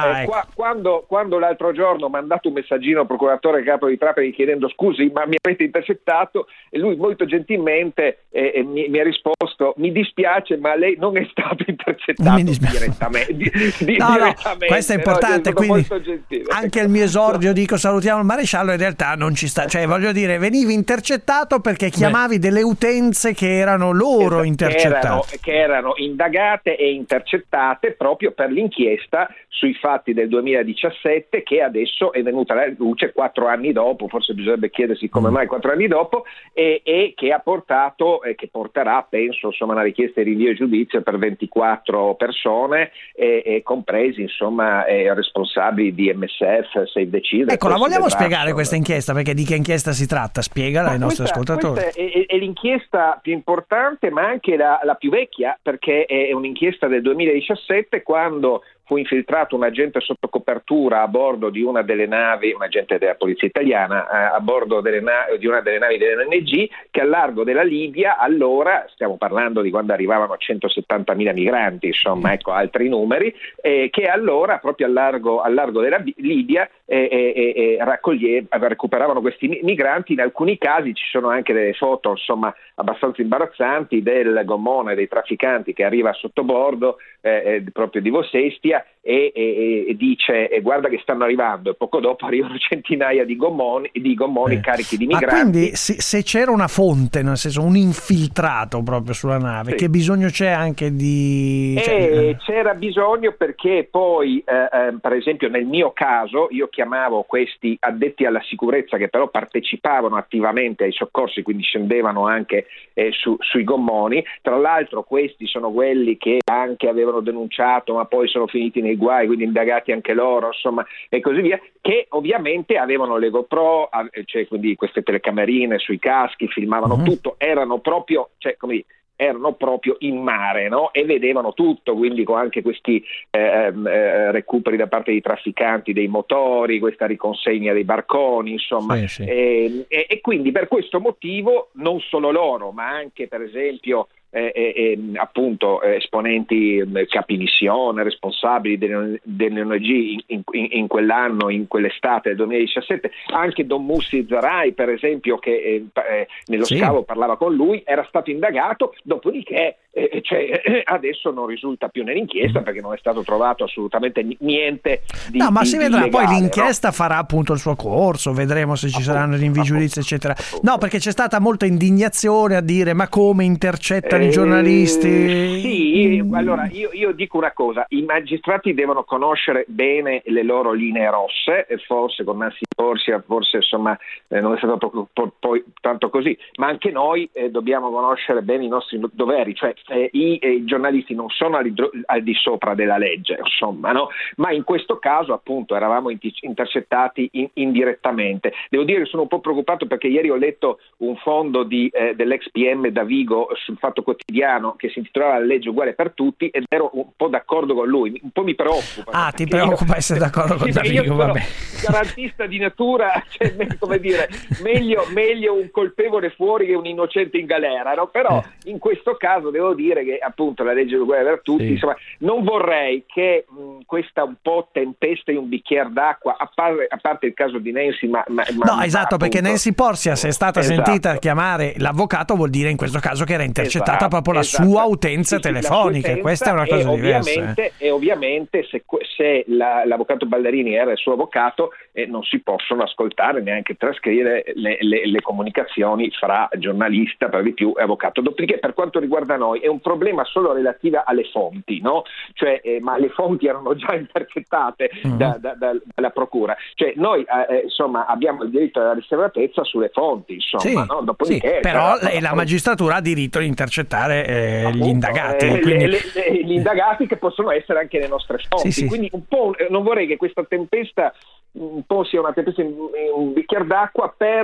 quando, quando l'altro giorno ho mandato un messaggino al procuratore capo di Trapani chiedendo scusi, ma mi avete intercettato, e lui molto gentilmente eh, eh, mi, mi ha risposto: mi dispiace, ma lei non è stato intercettato direttamente. Di, di, no, direttamente. No, questo è importante, no, quindi anche il mio esordio, dico salutiamo il maresciallo, in realtà non ci sta, cioè voglio dire, venivi intercettato perché chiamavi Beh. delle utenze che erano loro esatto, intercettate. Che erano, che erano indagate e intercettate proprio per l'inchiesta sui fatti del duemiladiciassette, che adesso è venuta alla luce quattro anni dopo, forse bisognerebbe chiedersi come mai quattro anni dopo, e, e che ha portato, e che porterà, penso, insomma, una richiesta di rinvio a giudizio per ventiquattro persone, e, e compresi, insomma, eh, responsabili di M S F, Save the Children. Ecco, la vogliamo spiegare questa inchiesta, perché di che inchiesta si tratta? Spiegala ai nostri questa, ascoltatori. Questa è, è l'inchiesta più importante, ma anche la, la più vecchia, perché è un'inchiesta del duemiladiciassette, quando fu infiltrato un agente sotto copertura a bordo di una delle navi, un agente della polizia italiana, eh, a bordo delle na- di una delle navi dell'O N G, che al largo della Libia, allora, stiamo parlando di quando arrivavano centosettantamila migranti, insomma, ecco, altri numeri, eh, che allora, proprio al largo, al largo della Libia, eh, eh, eh, raccoglieva, recuperavano questi migranti. In alcuni casi ci sono anche delle foto, insomma, abbastanza imbarazzanti del gommone dei trafficanti che arriva sottobordo eh, eh, proprio di Vosestia, E, e, e dice e guarda che stanno arrivando, e poco dopo arrivano centinaia di gommoni, di gommoni eh. carichi di migranti. Ma quindi se, se c'era una fonte, nel senso un infiltrato proprio sulla nave, sì. che bisogno c'è anche di... Eh, cioè... c'era bisogno perché poi eh, eh, per esempio nel mio caso io chiamavo questi addetti alla sicurezza, che però partecipavano attivamente ai soccorsi, quindi scendevano anche eh, su, sui gommoni. Tra l'altro questi sono quelli che anche avevano denunciato ma poi sono finiti nei guai, quindi indagati anche loro, insomma, e così via, che ovviamente avevano le GoPro, cioè quindi queste telecamerine sui caschi, filmavano uh-huh. tutto, erano proprio, cioè come dire, erano proprio in mare, no? E vedevano tutto, quindi con anche questi eh, eh, recuperi da parte dei trafficanti dei motori, questa riconsegna dei barconi, insomma, sì, sì. E, e, e quindi per questo motivo non solo loro, ma anche per esempio Eh, eh, appunto eh, esponenti, eh, capi missione, responsabili dell'O N G in, in, in quell'anno, in quell'estate del duemiladiciassette, anche Don Mussi Zarai per esempio, che eh, eh, nello sì. scavo parlava con lui, era stato indagato, dopodiché eh, cioè, eh, adesso non risulta più nell'inchiesta perché non è stato trovato assolutamente niente di no ma di, si vedrà, illegale, poi l'inchiesta no? farà appunto il suo corso, vedremo se ci appunto, saranno rinvii a giudizio eccetera. No, perché c'è stata molta indignazione a dire ma come intercettano i giornalisti? Eh, sì, allora io, io dico una cosa, i magistrati devono conoscere bene le loro linee rosse, e forse con Nancy Porsia forse insomma eh, non è stato proprio, po- poi tanto così, ma anche noi eh, dobbiamo conoscere bene i nostri doveri, cioè eh, i, eh, i giornalisti non sono al, al di sopra della legge, insomma, no? Ma in questo caso appunto eravamo inti- intercettati in- indirettamente. Devo dire che sono un po' preoccupato perché ieri ho letto un fondo di, eh, dell'ex P M Davigo sul Fatto Quotidiano che si intitolava La legge uguale per tutti, ed ero un po' d'accordo con lui, un po' mi preoccupa. Ah, ti preoccupa io, essere d'accordo con Davigo, vabbè. Garantista di natura, cioè, come dire, meglio, meglio un colpevole fuori che un innocente in galera, no? Però eh. in questo caso devo dire che appunto la legge uguale per tutti, sì. insomma, non vorrei che mh, questa un po' tempesta in un bicchiere d'acqua, a, par- a parte il caso di Nancy, ma, ma, no, ma esatto, appunto, perché Nancy Porsia, se è stata esatto. sentita chiamare l'avvocato, vuol dire in questo caso che era intercettata esatto, proprio la esatto. sua utenza sì, sì, telefonica, utenza, questa è una cosa e diversa. Ovviamente, eh. E ovviamente se, se la, l'avvocato Ballerini era il suo avvocato, eh, non si possono ascoltare neanche trascrivere le, le, le comunicazioni fra giornalista per di più e avvocato. Dopodiché per quanto riguarda noi è un problema solo relativa alle fonti, no? Cioè, eh, ma le fonti erano già intercettate mm-hmm. da, da, da, dalla procura. Cioè noi eh, insomma abbiamo il diritto alla riservatezza sulle fonti, insomma, sì, no? Dopodiché, sì, però cioè, la, la magistratura ha diritto di intercettare eh, appunto, gli indagati. Eh, quindi... le, le, gli indagati che possono essere anche le nostre fonti. Sì, sì. Quindi un po' non vorrei che questa tempesta un po' sia una tempesta in un bicchiere d'acqua per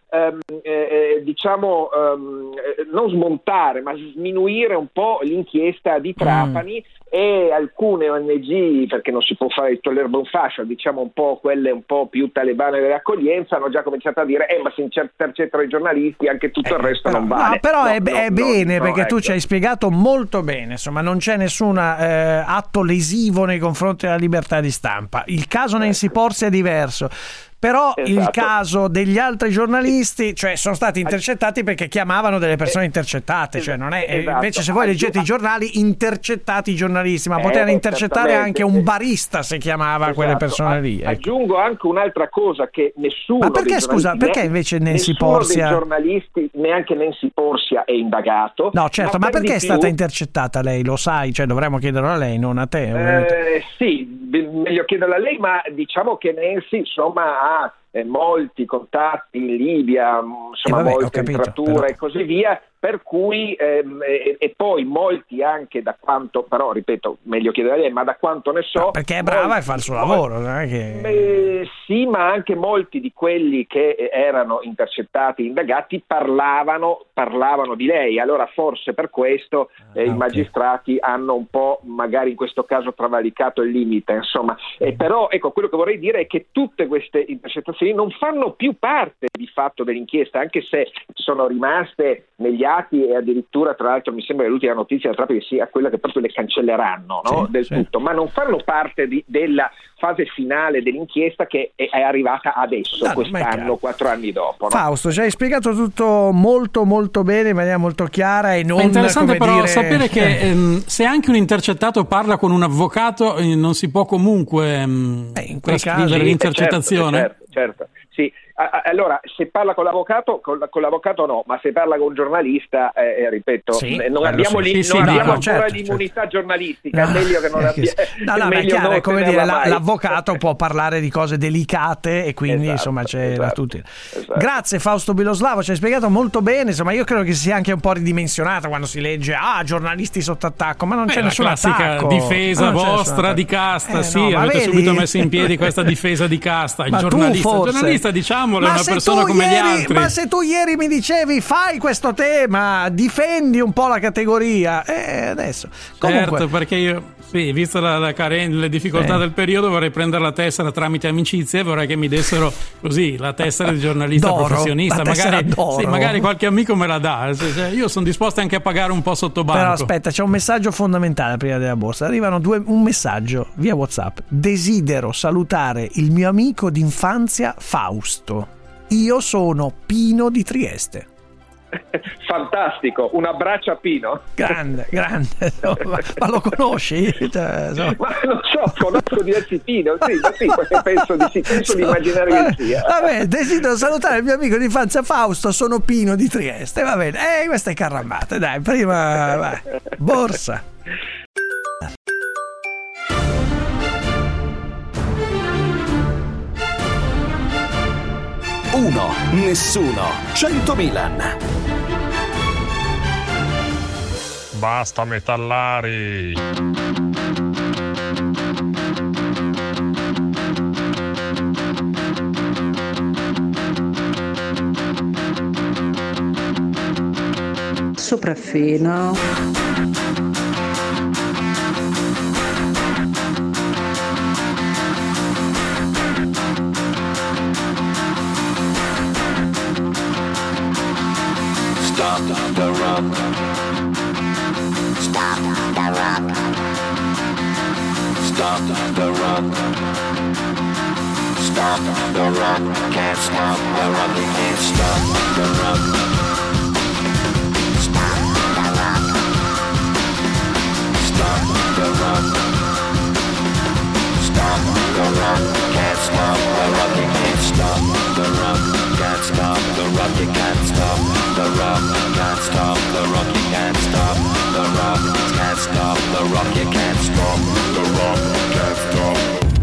ehm, eh, diciamo ehm, non smontare ma sminuire un po' l'inchiesta di Trapani mm. e alcune O N G, perché non si può fare il tolerable fascio, diciamo un po' quelle un po' più talebane dell'accoglienza, hanno già cominciato a dire eh ma se intercettano i giornalisti anche tutto eh, il resto però, non vale. No, però no, è, no, è no, bene no, perché ecco. tu ci hai spiegato molto bene, insomma non c'è nessun eh, atto lesivo nei confronti della libertà di stampa. Il caso Nancy Porzi è diverso. Però esatto. il caso degli altri giornalisti, cioè sono stati intercettati perché chiamavano delle persone intercettate, cioè non è esatto. invece se voi leggete i giornali intercettati i giornalisti, ma potevano eh, intercettare anche un barista se chiamava esatto. quelle persone lì. Ecco. Aggiungo anche un'altra cosa che nessuno Ma perché scusa, perché invece Nancy Porzi dei giornalisti, neanche Nancy Porzi è indagato? No, certo, ma, ma per perché è più... stata intercettata lei? Lo sai, cioè dovremmo chiederlo a lei, non a te. Eh, sì, meglio chiederlo a lei, ma diciamo che Nancy insomma ha eh, molti contatti in Libia, insomma eh vabbè, molte entrature e così via, per cui ehm, e, e poi molti anche da quanto, però ripeto, meglio chiedere a lei, ma da quanto ne so... No, perché è brava molti, e fa il suo lavoro, non è che... Beh, sì, ma anche molti di quelli che erano intercettati, indagati, parlavano, parlavano di lei, allora forse per questo eh, ah, i okay. magistrati hanno un po', magari in questo caso, travalicato il limite, insomma. E però, ecco, quello che vorrei dire è che tutte queste intercettazioni non fanno più parte di fatto dell'inchiesta, anche se sono rimaste negli atti e addirittura, tra l'altro, mi sembra che l'ultima notizia da Trapani sia quella che proprio le cancelleranno, no? Sì, del sì. tutto, ma non fanno parte di, della fase finale dell'inchiesta che è, è arrivata adesso, no, quest'anno, quattro anni dopo. No? Fausto, ci hai spiegato tutto molto molto bene, in maniera molto chiara e non... È interessante come però dire... sapere che ehm, se anche un intercettato parla con un avvocato eh, non si può comunque ehm, eh, in quei trascrivere casi, l'intercettazione? Certo, certo, certo. Sì. Allora, se parla con l'avvocato, con, con l'avvocato no, ma se parla con un giornalista, eh, eh, ripeto, sì, non abbiamo, sì, li, sì, non sì, abbiamo no, ancora certo, l'immunità certo. giornalistica, no, è meglio che non abbia. No, no, ma è chiaro, è come dire, la, l'avvocato può parlare di cose delicate e quindi esatto, insomma c'è esatto, la tutela. Esatto. Grazie Fausto Biloslavo, ci hai spiegato molto bene, insomma io credo che sia anche un po' ridimensionato quando si legge ah giornalisti sotto attacco, ma non Beh, c'è la nessun classica attacco. difesa vostra di casta, eh, sì, no, avete vedi? subito messo in piedi questa difesa di casta, il ma giornalista, tu il giornalista diciamolo ma è una persona come ieri, gli altri. Ma se tu ieri mi dicevi fai questo tema, difendi un po' la categoria, eh, adesso comunque... Certo, perché io sì, visto la, la caren- le difficoltà eh. del periodo vorrei prendere la tessera tramite amicizie e vorrei che mi dessero così la tessera di giornalista d'oro, professionista, magari, sì, magari qualche amico me la dà, cioè, io sono disposto anche a pagare un po' sotto banco. Però aspetta, c'è un messaggio fondamentale prima della borsa, arrivano due, un messaggio via WhatsApp: desidero salutare il mio amico d'infanzia Fausto, io sono Pino di Trieste. Fantastico, un abbraccio a Pino. Grande, grande. No, ma, ma lo conosci? Cioè, so. Ma non so, conosco diversi Pino, sì, ma sì, penso di sì, penso di immaginare che sia. Vabbè, desidero salutare il mio amico di infanzia Fausto, sono Pino di Trieste, va bene. Eh, queste carambate, dai, prima vai. Borsa. Uno, nessuno, cento Milan. Basta metallari. Sopraffino. Stop the rock. Stop the rock. Stop the rock. Stop the rock. Can't stop the rock. You can't stop the rock. Stop the rock. Stop the rock. Stop the rock. Can't stop the rock. You can't stop the rock. Can't stop the rock. You can't stop the rock. Can't stop the rock. You can't stop the rock. Can't stop the rock. You can't stop the rock. Can't stop.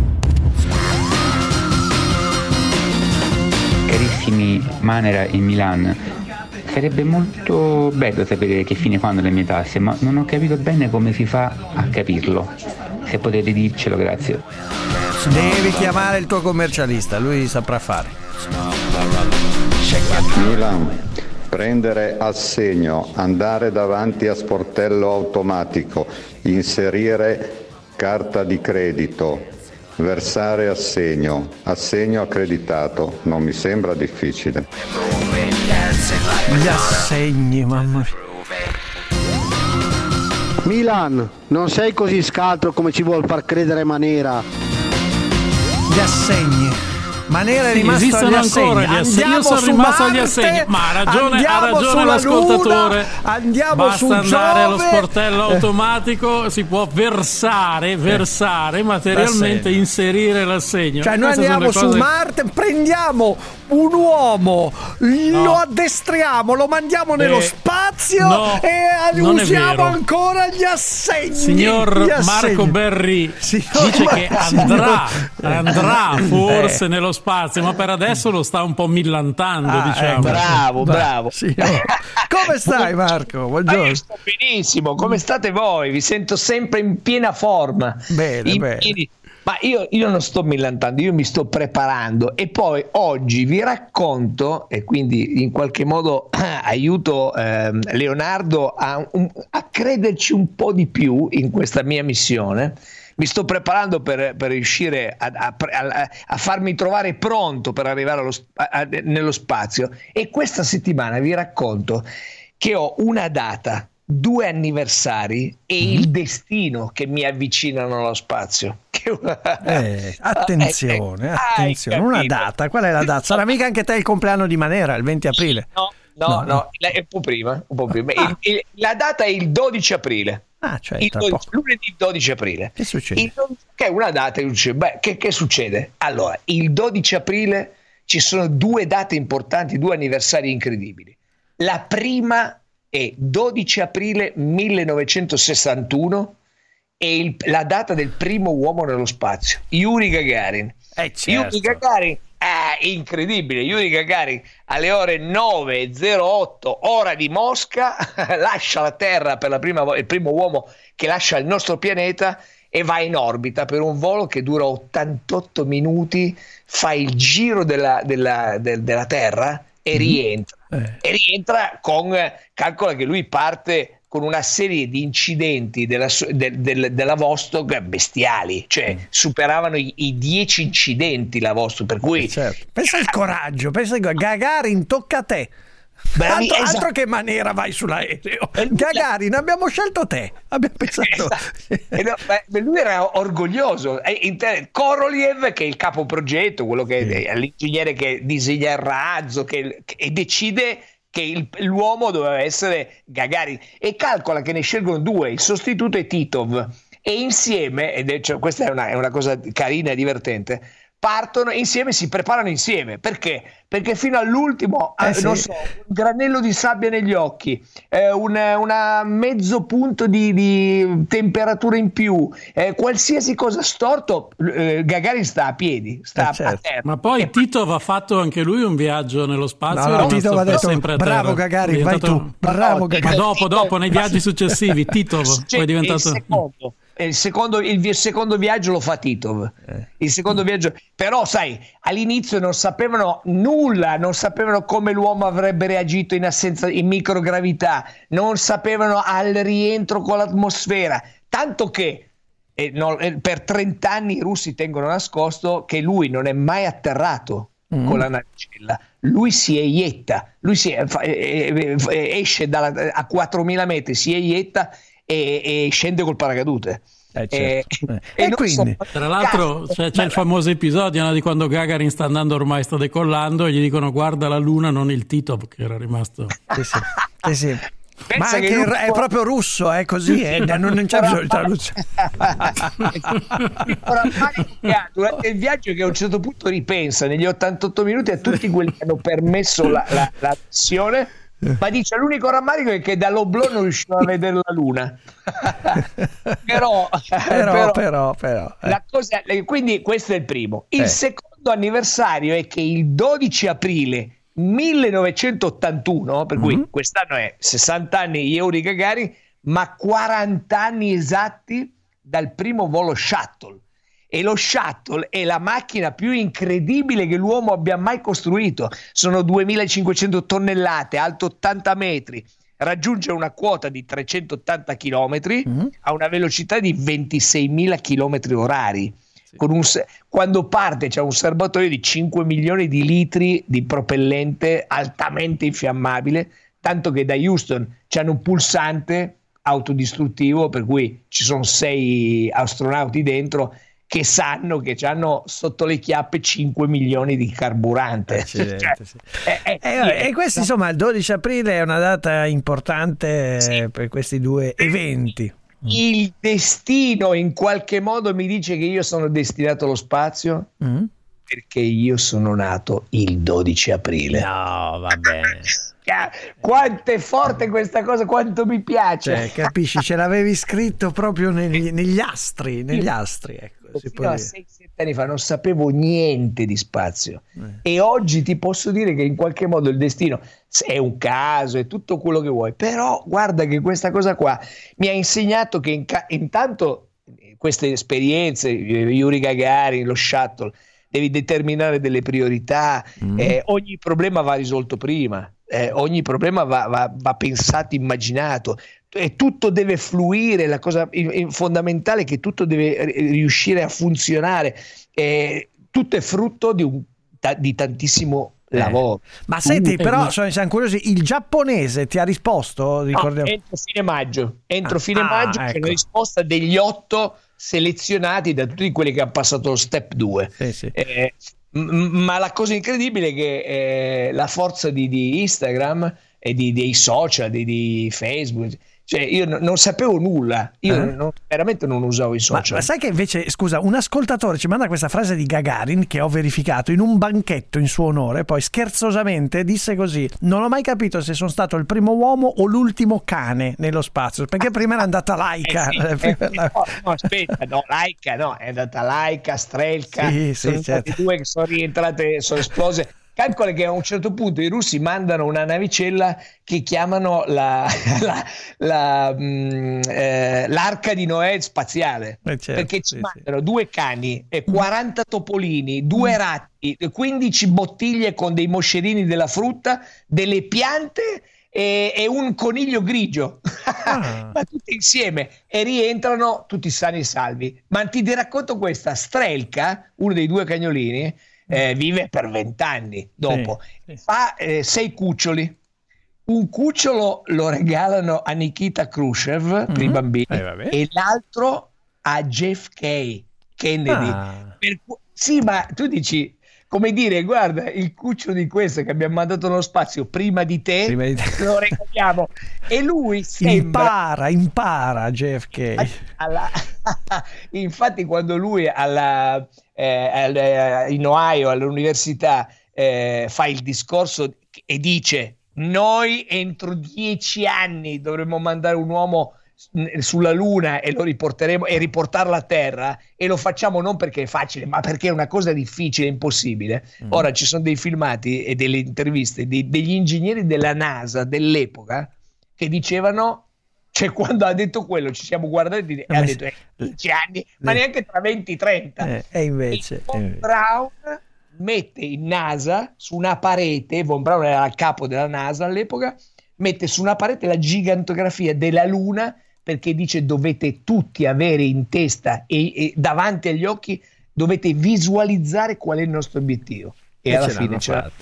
Carissimi Manera e Milan, sarebbe molto bello sapere che fine fanno le mie tasse, ma non ho capito bene come si fa a capirlo. Se potete dircelo, grazie. Devi chiamare il tuo commercialista, lui saprà fare. Milan, prendere assegno, andare davanti a sportello automatico, inserire carta di credito, versare assegno, assegno accreditato, non mi sembra difficile. Gli assegni, mamma mia. Milan, non sei così scaltro come ci vuol far credere Manera. Gli assegni. Manera è sì, rimasto esistono agli ancora assegni. gli assegni. Io Andiamo sono su rimasto agli Marte, assegni, ma ha ragione, ha ragione l'ascoltatore. Luna, andiamo Basta su andare allo Giove. sportello automatico, si può versare, versare materialmente, l'assegno. Inserire l'assegno. Cioè noi Queste andiamo sono su le cose... Marte, prendiamo un uomo, No. lo addestriamo, lo mandiamo Beh, nello spazio no, e non è usiamo vero. ancora gli assegni. Signor gli assegni. Marco Berri Signor dice Mar- che andrà, signor- andrà forse Eh. nello spazio, ma per adesso lo sta un po' millantando, Ah, diciamo. ecco. Bravo, bravo. Sì, oh. Come stai Marco? Buongiorno. Ma io sto benissimo, come state voi? Vi sento sempre in piena forma. Bene, In bene. pieni- Ma io, io non sto millantando, io mi sto preparando e poi oggi vi racconto e quindi in qualche modo aiuto ehm, Leonardo a, un- a crederci un po' di più in questa mia missione. Mi sto preparando per, per riuscire a, a- a- a farmi trovare pronto per arrivare allo sp- a- a- nello spazio e questa settimana vi racconto che ho una data, due anniversari e Mm-hmm. il destino che mi avvicinano allo spazio. Che- Eh, attenzione, Eh, eh, attenzione, hai una capito. data, qual è la data? Sarà mica anche te il compleanno di Manera, il venti aprile? No, no, No, no, no. la- è un po' prima, un po' prima. Ah. Il- il- la data è il dodici aprile. Ah, cioè Il tra dodici, poco. lunedì dodici aprile. Che succede? Il dodici che è una data che dice, beh, che, che succede? Allora, il dodici aprile ci sono due date importanti, due anniversari incredibili. La prima è dodici aprile millenovecentosessantuno e il- la data del primo uomo nello spazio, Yuri Gagarin. Eh, certo. Yuri Gagarin è incredibile. Yuri Gagarin alle ore nove e zero otto ora di Mosca lascia la Terra per la prima volta, il primo uomo che lascia il nostro pianeta e va in orbita per un volo che dura ottantotto minuti, fa il giro della, della- del- della Terra e rientra. Eh. E rientra con, calcola che lui parte con una serie di incidenti della, su- del- del- della Vostok bestiali, cioè superavano i, i dieci incidenti la Vostok, per cui Certo. Pensa al coraggio, pensa che Gagarin tocca a te. Bravi, altro, esatto. altro che Manera vai sull'aereo. Gagarin, abbiamo scelto te. Abbiamo pensato. E no, beh, lui era orgoglioso. E in te- Korolev, che è il capo progetto, quello che è l'ingegnere che disegna il razzo, che, che- e decide che il- l'uomo doveva essere Gagarin. E calcola che ne scelgono due, il sostituto è Titov. E insieme, ed è, cioè, questa è una, è una cosa carina e divertente, partono insieme, si preparano insieme. Perché? Perché fino all'ultimo, Eh eh, sì. non so, un granello di sabbia negli occhi, eh, un una mezzo punto di, di temperatura in più, eh, qualsiasi cosa storto, eh, Gagarin sta a piedi, sta Eh, certo. a terra. Ma poi Tito aveva fatto anche lui un viaggio nello spazio. No, no, è rimasto Tito aveva per detto, sempre a bravo terra. Gagarin, È vai diventato- tu, bravo No, Gagarin. Ma dopo, dopo, nei viaggi successivi, Tito Cioè, poi è diventato... il secondo, il secondo, il vi- secondo viaggio lo fa Titov. Il secondo viaggio, però sai, all'inizio non sapevano nulla, non sapevano come l'uomo avrebbe reagito in assenza in microgravità, non sapevano al rientro con l'atmosfera, tanto che eh, no, eh, per trenta anni i russi tengono nascosto che lui non è mai atterrato Mm. con la navicella, lui si eietta, lui si, fa- eh, eh, esce dalla, a quattromila metri, si eietta e, e scende col paracadute. Eh, certo. Eh, E non quindi? so- Tra l'altro Cazzo, c'è, c'è ma- il famoso episodio, no, di quando Gagarin sta andando, ormai sta decollando, e gli dicono guarda la luna, non il Tito, che era rimasto... Sì, sì. Sì, sì. Ma Pensa anche che il- lui- è proprio russo, è così, eh, non, non c'è bisogno di traduzione. Oramai durante il viaggio che a un certo punto ripensa negli ottantotto minuti a tutti quelli che hanno permesso la, la, la missione, ma dice l'unico rammarico è che dall'oblò non riusciva a vedere la luna. però, Però, però, però. eh. la cosa, quindi questo è il primo. Il Eh. secondo anniversario è che il dodici aprile millenovecentottantuno, per cui Mhm. quest'anno è sessanta anni Yuri Gagarin, ma quaranta anni esatti dal primo volo shuttle. E lo shuttle è la macchina più incredibile che l'uomo abbia mai costruito. Sono duemilacinquecento tonnellate, alto ottanta metri, raggiunge una quota di trecentottanta chilometri, mm-hmm. a una velocità di ventiseimila chilometri orari. Sì. Con un, quando parte c'è un serbatoio di cinque milioni di litri di propellente altamente infiammabile, tanto che da Houston c'hanno un pulsante autodistruttivo per cui ci sono sei astronauti dentro che sanno che hanno sotto le chiappe cinque milioni di carburante. Cioè, sì. è, è, e, e questo insomma il dodici aprile è una data importante, sì. per questi due eventi. Il destino in qualche modo mi dice che io sono destinato allo spazio, mm. perché io sono nato il dodici aprile. No, va bene. Quanto è forte questa cosa, quanto mi piace. Cioè, capisci, ce l'avevi scritto proprio negli, negli astri, negli astri, ecco. Si può dire. sei sette anni fa non sapevo niente di spazio, eh. e oggi ti posso dire che in qualche modo il destino è un caso, è tutto quello che vuoi, però guarda che questa cosa qua mi ha insegnato che in ca- intanto queste esperienze, Yuri Gagarin, lo shuttle, devi determinare delle priorità, mm. eh, ogni problema va risolto prima. Eh, ogni problema va, va, va pensato, immaginato, e tutto deve fluire. La cosa fondamentale è che tutto deve riuscire a funzionare, eh, tutto è frutto di, un, di tantissimo eh. lavoro. Ma senti, però sono, siamo curiosi, il giapponese ti ha risposto? Ricordiamo. No, entro fine maggio entro ah, fine ah, maggio ecco. c'è una risposta degli otto selezionati da tutti quelli che hanno passato lo step due. Sì, sì. Eh, ma la cosa incredibile è che eh, la forza di, di Instagram e di, dei social, di, di Facebook, cioè io n- non sapevo nulla, io eh? non, veramente non usavo i social. Ma, ma sai che invece, scusa, un ascoltatore ci manda questa frase di Gagarin che ho verificato in un banchetto in suo onore, poi scherzosamente disse così: non ho mai capito se sono stato il primo uomo o l'ultimo cane nello spazio, perché prima era andata Laika. Eh sì, eh, no, no, aspetta, no, Laika no, è andata Laika, Strelka, sì, sono sì, stati certo. due che sono rientrate, sono esplose. Calcola che a un certo punto i russi mandano una navicella che chiamano la, la, la, mh, eh, l'arca di Noè spaziale, eh certo, perché ci sì, mandano sì. due cani, e quaranta topolini, due ratti, quindici bottiglie con dei moscerini della frutta, delle piante e, e un coniglio grigio, ah. ma tutti insieme, e rientrano tutti sani e salvi. Ma ti racconto questa: Strelka, uno dei due cagnolini, Eh, vive per vent'anni dopo, sì, sì. fa eh, sei cuccioli. Un cucciolo lo regalano a Nikita Khrushchev mm-hmm. per i bambini, eh, e l'altro a J F K Kennedy. Ah. Per, sì, ma tu dici, come dire, guarda, il cucciolo di questo che abbiamo mandato nello spazio prima di te, prima di te. lo regaliamo. E lui sembra... impara, impara J F K. Alla... Infatti quando lui alla... Eh, in Ohio all'università eh, fa il discorso e dice: noi entro dieci anni dovremmo mandare un uomo sulla Luna e lo riporteremo e riportarlo a terra, e lo facciamo non perché è facile, ma perché è una cosa difficile, impossibile. Mm. Ora ci sono dei filmati e delle interviste di, degli ingegneri della NASA dell'epoca che dicevano, cioè quando ha detto quello ci siamo guardati e ha detto eh, dieci anni, ma eh. neanche tra venti trenta. Eh, e invece, Von invece Braun mette in NASA su una parete, Von Braun era il capo della NASA all'epoca, mette su una parete la gigantografia della Luna, perché dice dovete tutti avere in testa e, e davanti agli occhi, dovete visualizzare qual è il nostro obiettivo. E, e alla fine ce l'ha.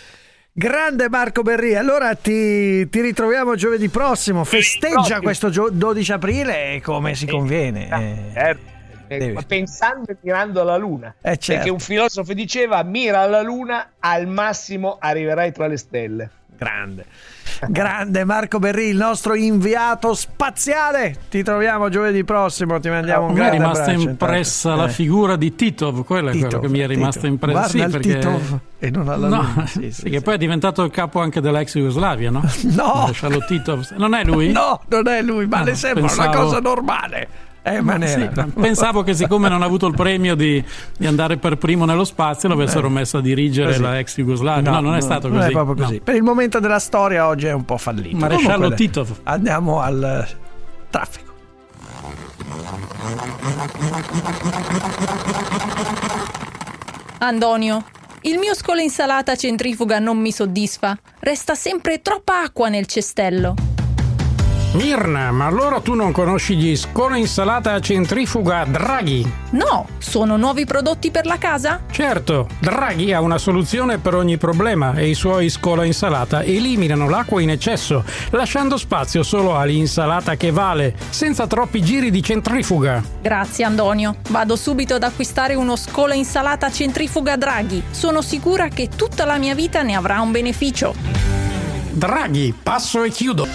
Grande Marco Berri, allora ti, ti ritroviamo giovedì prossimo, festeggia questo gio- dodici aprile come si conviene. Eh, certo. Eh, pensando e mirando alla Luna, eh, certo. perché un filosofo diceva: mira alla Luna, al massimo arriverai tra le stelle. Grande. Grande Marco Berri, il nostro inviato spaziale. Ti troviamo giovedì prossimo, ti mandiamo un grande abbraccio. Mi è rimasta impressa intanto. la figura di Titov, quella è quello che mi è rimasta impressa. Guarda sì, il perché... Titov e non alla no, Luna. Sì, sì, che sì. poi è diventato il capo anche dell'ex Jugoslavia, no? No, Titov. Non è lui? No, non è lui, ma no, le sembra pensavo... una cosa normale. Eh, no, sì, pensavo che siccome non ha avuto il premio di, di andare per primo nello spazio, lo avessero eh, messo a dirigere così. La ex Jugoslavia. No, no, non è stato non così. È proprio così. No. Per il momento della storia oggi è un po' fallito. Maresciallo Titov. Andiamo al traffico. Antonio, il mio scolo insalata centrifuga non mi soddisfa. Resta sempre troppa acqua nel cestello. Mirna, ma allora tu non conosci gli scolo insalata centrifuga Draghi? No, sono nuovi prodotti per la casa? Certo, Draghi ha una soluzione per ogni problema e i suoi scola insalata eliminano l'acqua in eccesso, lasciando spazio solo all'insalata che vale, senza troppi giri di centrifuga. Grazie Antonio, vado subito ad acquistare uno scola insalata centrifuga Draghi. Sono sicura che tutta la mia vita ne avrà un beneficio. Draghi, passo e chiudo.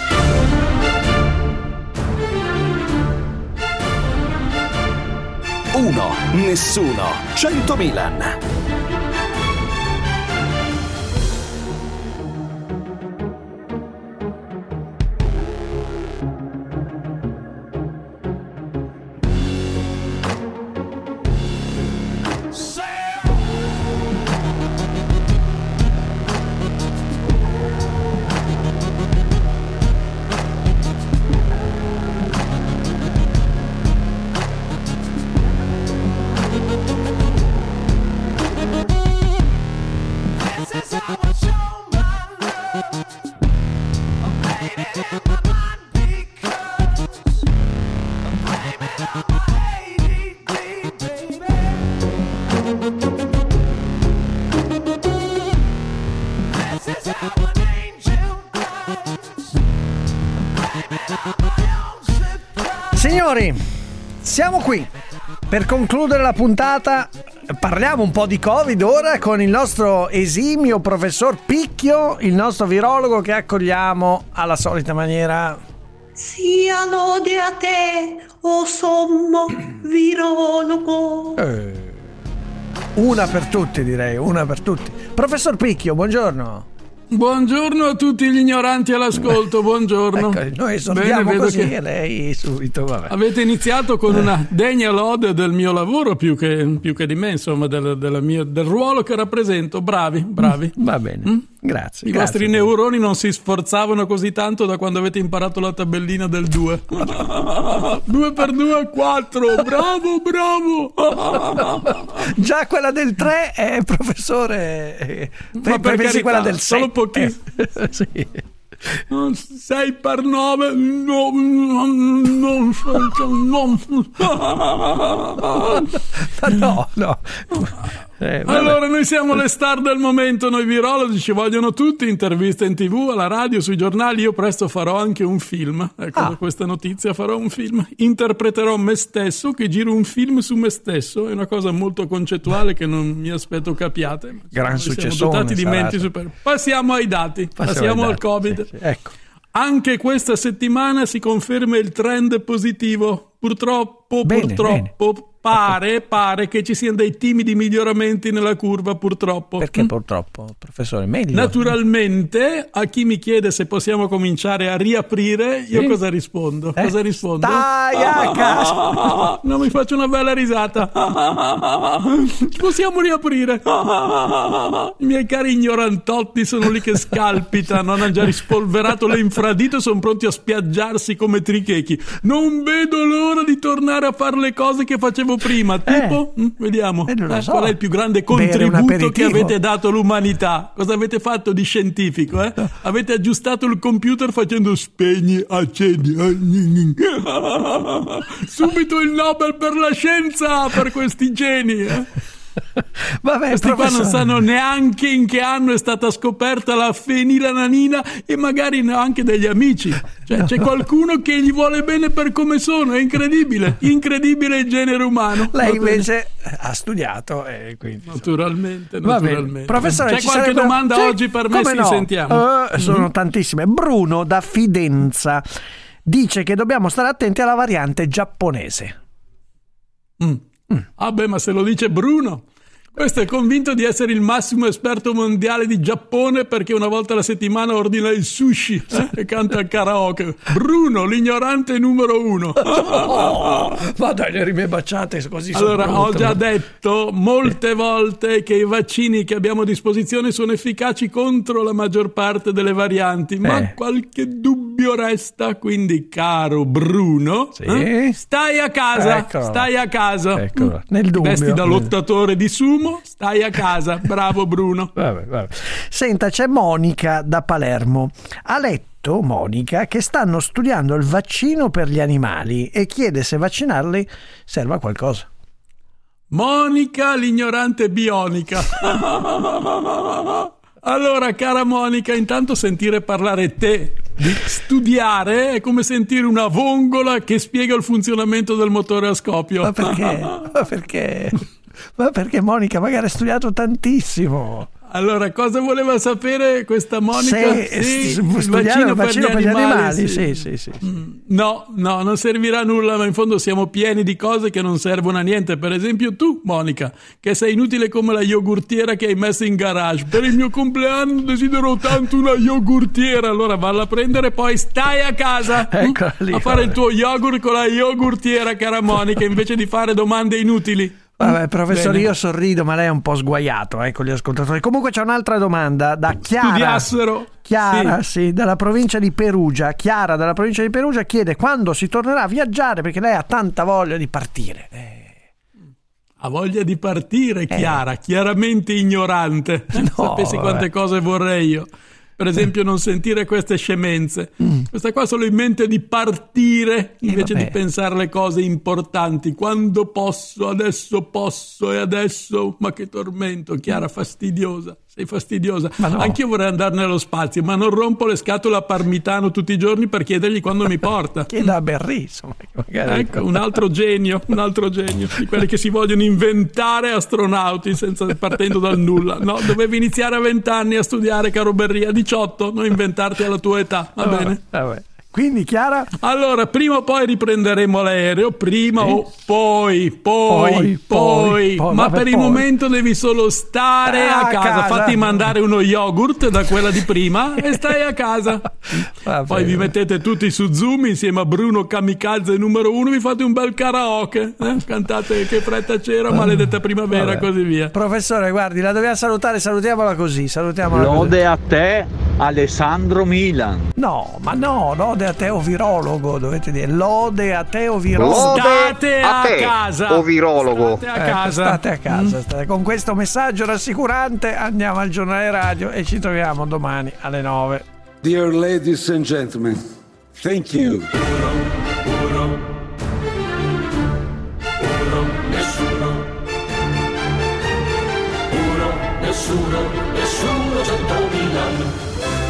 Uno, nessuno, cento Milan. Signori, siamo qui per concludere la puntata. Parliamo un po' di Covid ora con il nostro esimio professor Picchio, il nostro virologo che accogliamo alla solita maniera. Sia lode a te, o sommo virologo. Eh, una per tutti, direi, una per tutti. Professor Picchio, buongiorno. Buongiorno a tutti gli ignoranti all'ascolto, buongiorno. Ecco, noi esordiamo così che e lei subito, vabbè. Avete iniziato con una degna lode del mio lavoro più che, più che di me, insomma, del, della mia, del ruolo che rappresento. Bravi, bravi. Va bene, mm? grazie. I grazie, vostri neuroni non si sforzavano così tanto da quando avete imparato la tabellina del due. due per due è quattro, bravo, bravo. Già quella del tre è professore. Ma per carità, quella del sei. Solo pochi. Eh, sì. sei per nove no, non no no eh, allora noi siamo le star del momento, noi virologi, ci vogliono tutti, interviste in tv, alla radio, sui giornali. Io presto farò anche un film, ecco, ah. da questa notizia farò un film, interpreterò me stesso che giro un film su me stesso. È una cosa molto concettuale che non mi aspetto capiate. Gran successo, siamo dotati di menti super. Passiamo ai dati, passiamo, passiamo al dati, Covid. Sì, sì. Ecco. Anche questa settimana si conferma il trend positivo. Purtroppo, bene, purtroppo bene. Pare, pare che ci siano dei timidi miglioramenti nella curva, purtroppo. Perché purtroppo, professore? Meglio. Naturalmente, a chi mi chiede se possiamo cominciare a riaprire, io sì? cosa rispondo? Eh? Cosa rispondo? Stai a casa! Non mi faccio una bella risata. Possiamo riaprire. I miei cari ignorantotti sono lì che scalpitano, hanno già rispolverato le infradito e sono pronti a spiaggiarsi come trichechi. Non vedo l'ora di tornare a fare le cose che facevo prima, tipo, eh, vediamo, eh, eh, so. Qual è il più grande contributo che avete dato all'umanità? Cosa avete fatto di scientifico? Eh? Avete aggiustato il computer facendo spegni, accendi. Subito il Nobel per la scienza per questi geni. Eh? Vabbè, questi qua non sanno neanche in che anno è stata scoperta la fenilalanina e magari anche degli amici. Cioè, no. C'è qualcuno che gli vuole bene per come sono, è incredibile, incredibile il genere umano. Lei invece ha studiato e quindi naturalmente, naturalmente. Professore, c'è qualche sarebbe... domanda sì, oggi per me? Sì, no? Sentiamo. Uh, sono mm-hmm. tantissime. Bruno da Fidenza dice che dobbiamo stare attenti alla variante giapponese. Mm. Mm. Ah beh, ma se lo dice Bruno, questo è convinto di essere il massimo esperto mondiale di Giappone perché una volta alla settimana ordina il sushi eh? e canta il karaoke. Bruno, l'ignorante numero uno. Oh, ma dai, le rime baciate così. Allora, ho già detto molte volte che i vaccini che abbiamo a disposizione sono efficaci contro la maggior parte delle varianti, ma eh. qualche dubbio dubbio resta, quindi caro Bruno, Sì. eh, stai a casa, Eccolo. stai a casa. Eccolo. Nel dubbio. Vesti da lottatore di sumo, stai a casa. Bravo Bruno. Vabbè, vabbè. Senta, c'è Monica da Palermo. Ha letto, Monica, che stanno studiando il vaccino per gli animali e chiede se vaccinarli serve a qualcosa. Monica, l'ignorante bionica. Allora, cara Monica, intanto sentire parlare te di studiare è come sentire una vongola che spiega il funzionamento del motore a scoppio. Ma perché? Ma perché? Ma perché Monica magari ha studiato tantissimo. Allora, cosa voleva sapere questa Monica? Se Sì, s- il studiare il vaccino per gli animali, sì. sì, sì, sì. No, no, non servirà a nulla, ma in fondo siamo pieni di cose che non servono a niente. Per esempio tu, Monica, che sei inutile come la yogurtiera che hai messo in garage. Per il mio compleanno desidero tanto una yogurtiera. Allora valla a prendere e poi stai a casa Eccola lì, a fare il vabbè. tuo yogurt con la yogurtiera, cara Monica, invece di fare domande inutili. Vabbè, professore, Bene. io sorrido, ma lei è un po' sguaiato eh, con gli ascoltatori. Comunque c'è un'altra domanda da Chiara. Studiassero. Chiara, Sì. sì, dalla provincia di Perugia. Chiara, dalla provincia di Perugia, chiede quando si tornerà a viaggiare perché lei ha tanta voglia di partire. Eh. Ha voglia di partire, Chiara, chiaramente ignorante. Sapessi vabbè. quante cose vorrei io. Per esempio non sentire queste scemenze. Questa qua solo in mente di partire invece vabbè. di pensare alle cose importanti. Quando posso, adesso posso e adesso... Ma che tormento, Chiara, fastidiosa. Sei fastidiosa. Ma no. Anch'io vorrei andare nello spazio, ma non rompo le scatole a Parmitano tutti i giorni per chiedergli quando mi porta. Chieda a Berry, insomma. magari- Ecco, un altro genio, un altro genio, di quelli che si vogliono inventare astronauti senza, partendo dal nulla. No, dovevi iniziare a vent'anni a studiare, caro Berri, a diciotto, non inventarti alla tua età, va Vabbè, bene? vabbè. Quindi Chiara, Allora, prima o poi riprenderemo l'aereo, prima Sì. o poi, poi, Poi, poi, poi, poi, ma vabbè, per il poi. momento devi solo stare Ah, a a casa. casa. Fatti mandare uno yogurt da quella di prima e stai a casa. Va Poi bene. vi mettete tutti su Zoom insieme a Bruno Kamikaze numero uno, vi fate un bel karaoke, eh? Cantate Che fretta c'era, maledetta primavera, Vabbè. così via. Professore, guardi, la dobbiamo salutare, salutiamola così, salutiamola così. Lode a te, Alessandro Milan. No, ma no, lode a te o virologo, dovete dire. Lode a te o virologo. State a, a te, casa. o virologo. State a Ecco, casa. state a casa. state- Con questo messaggio rassicurante andiamo al giornale radio e ci troviamo domani alle nove. Dear ladies and gentlemen, thank you. Nessuno, nessuno, centomila.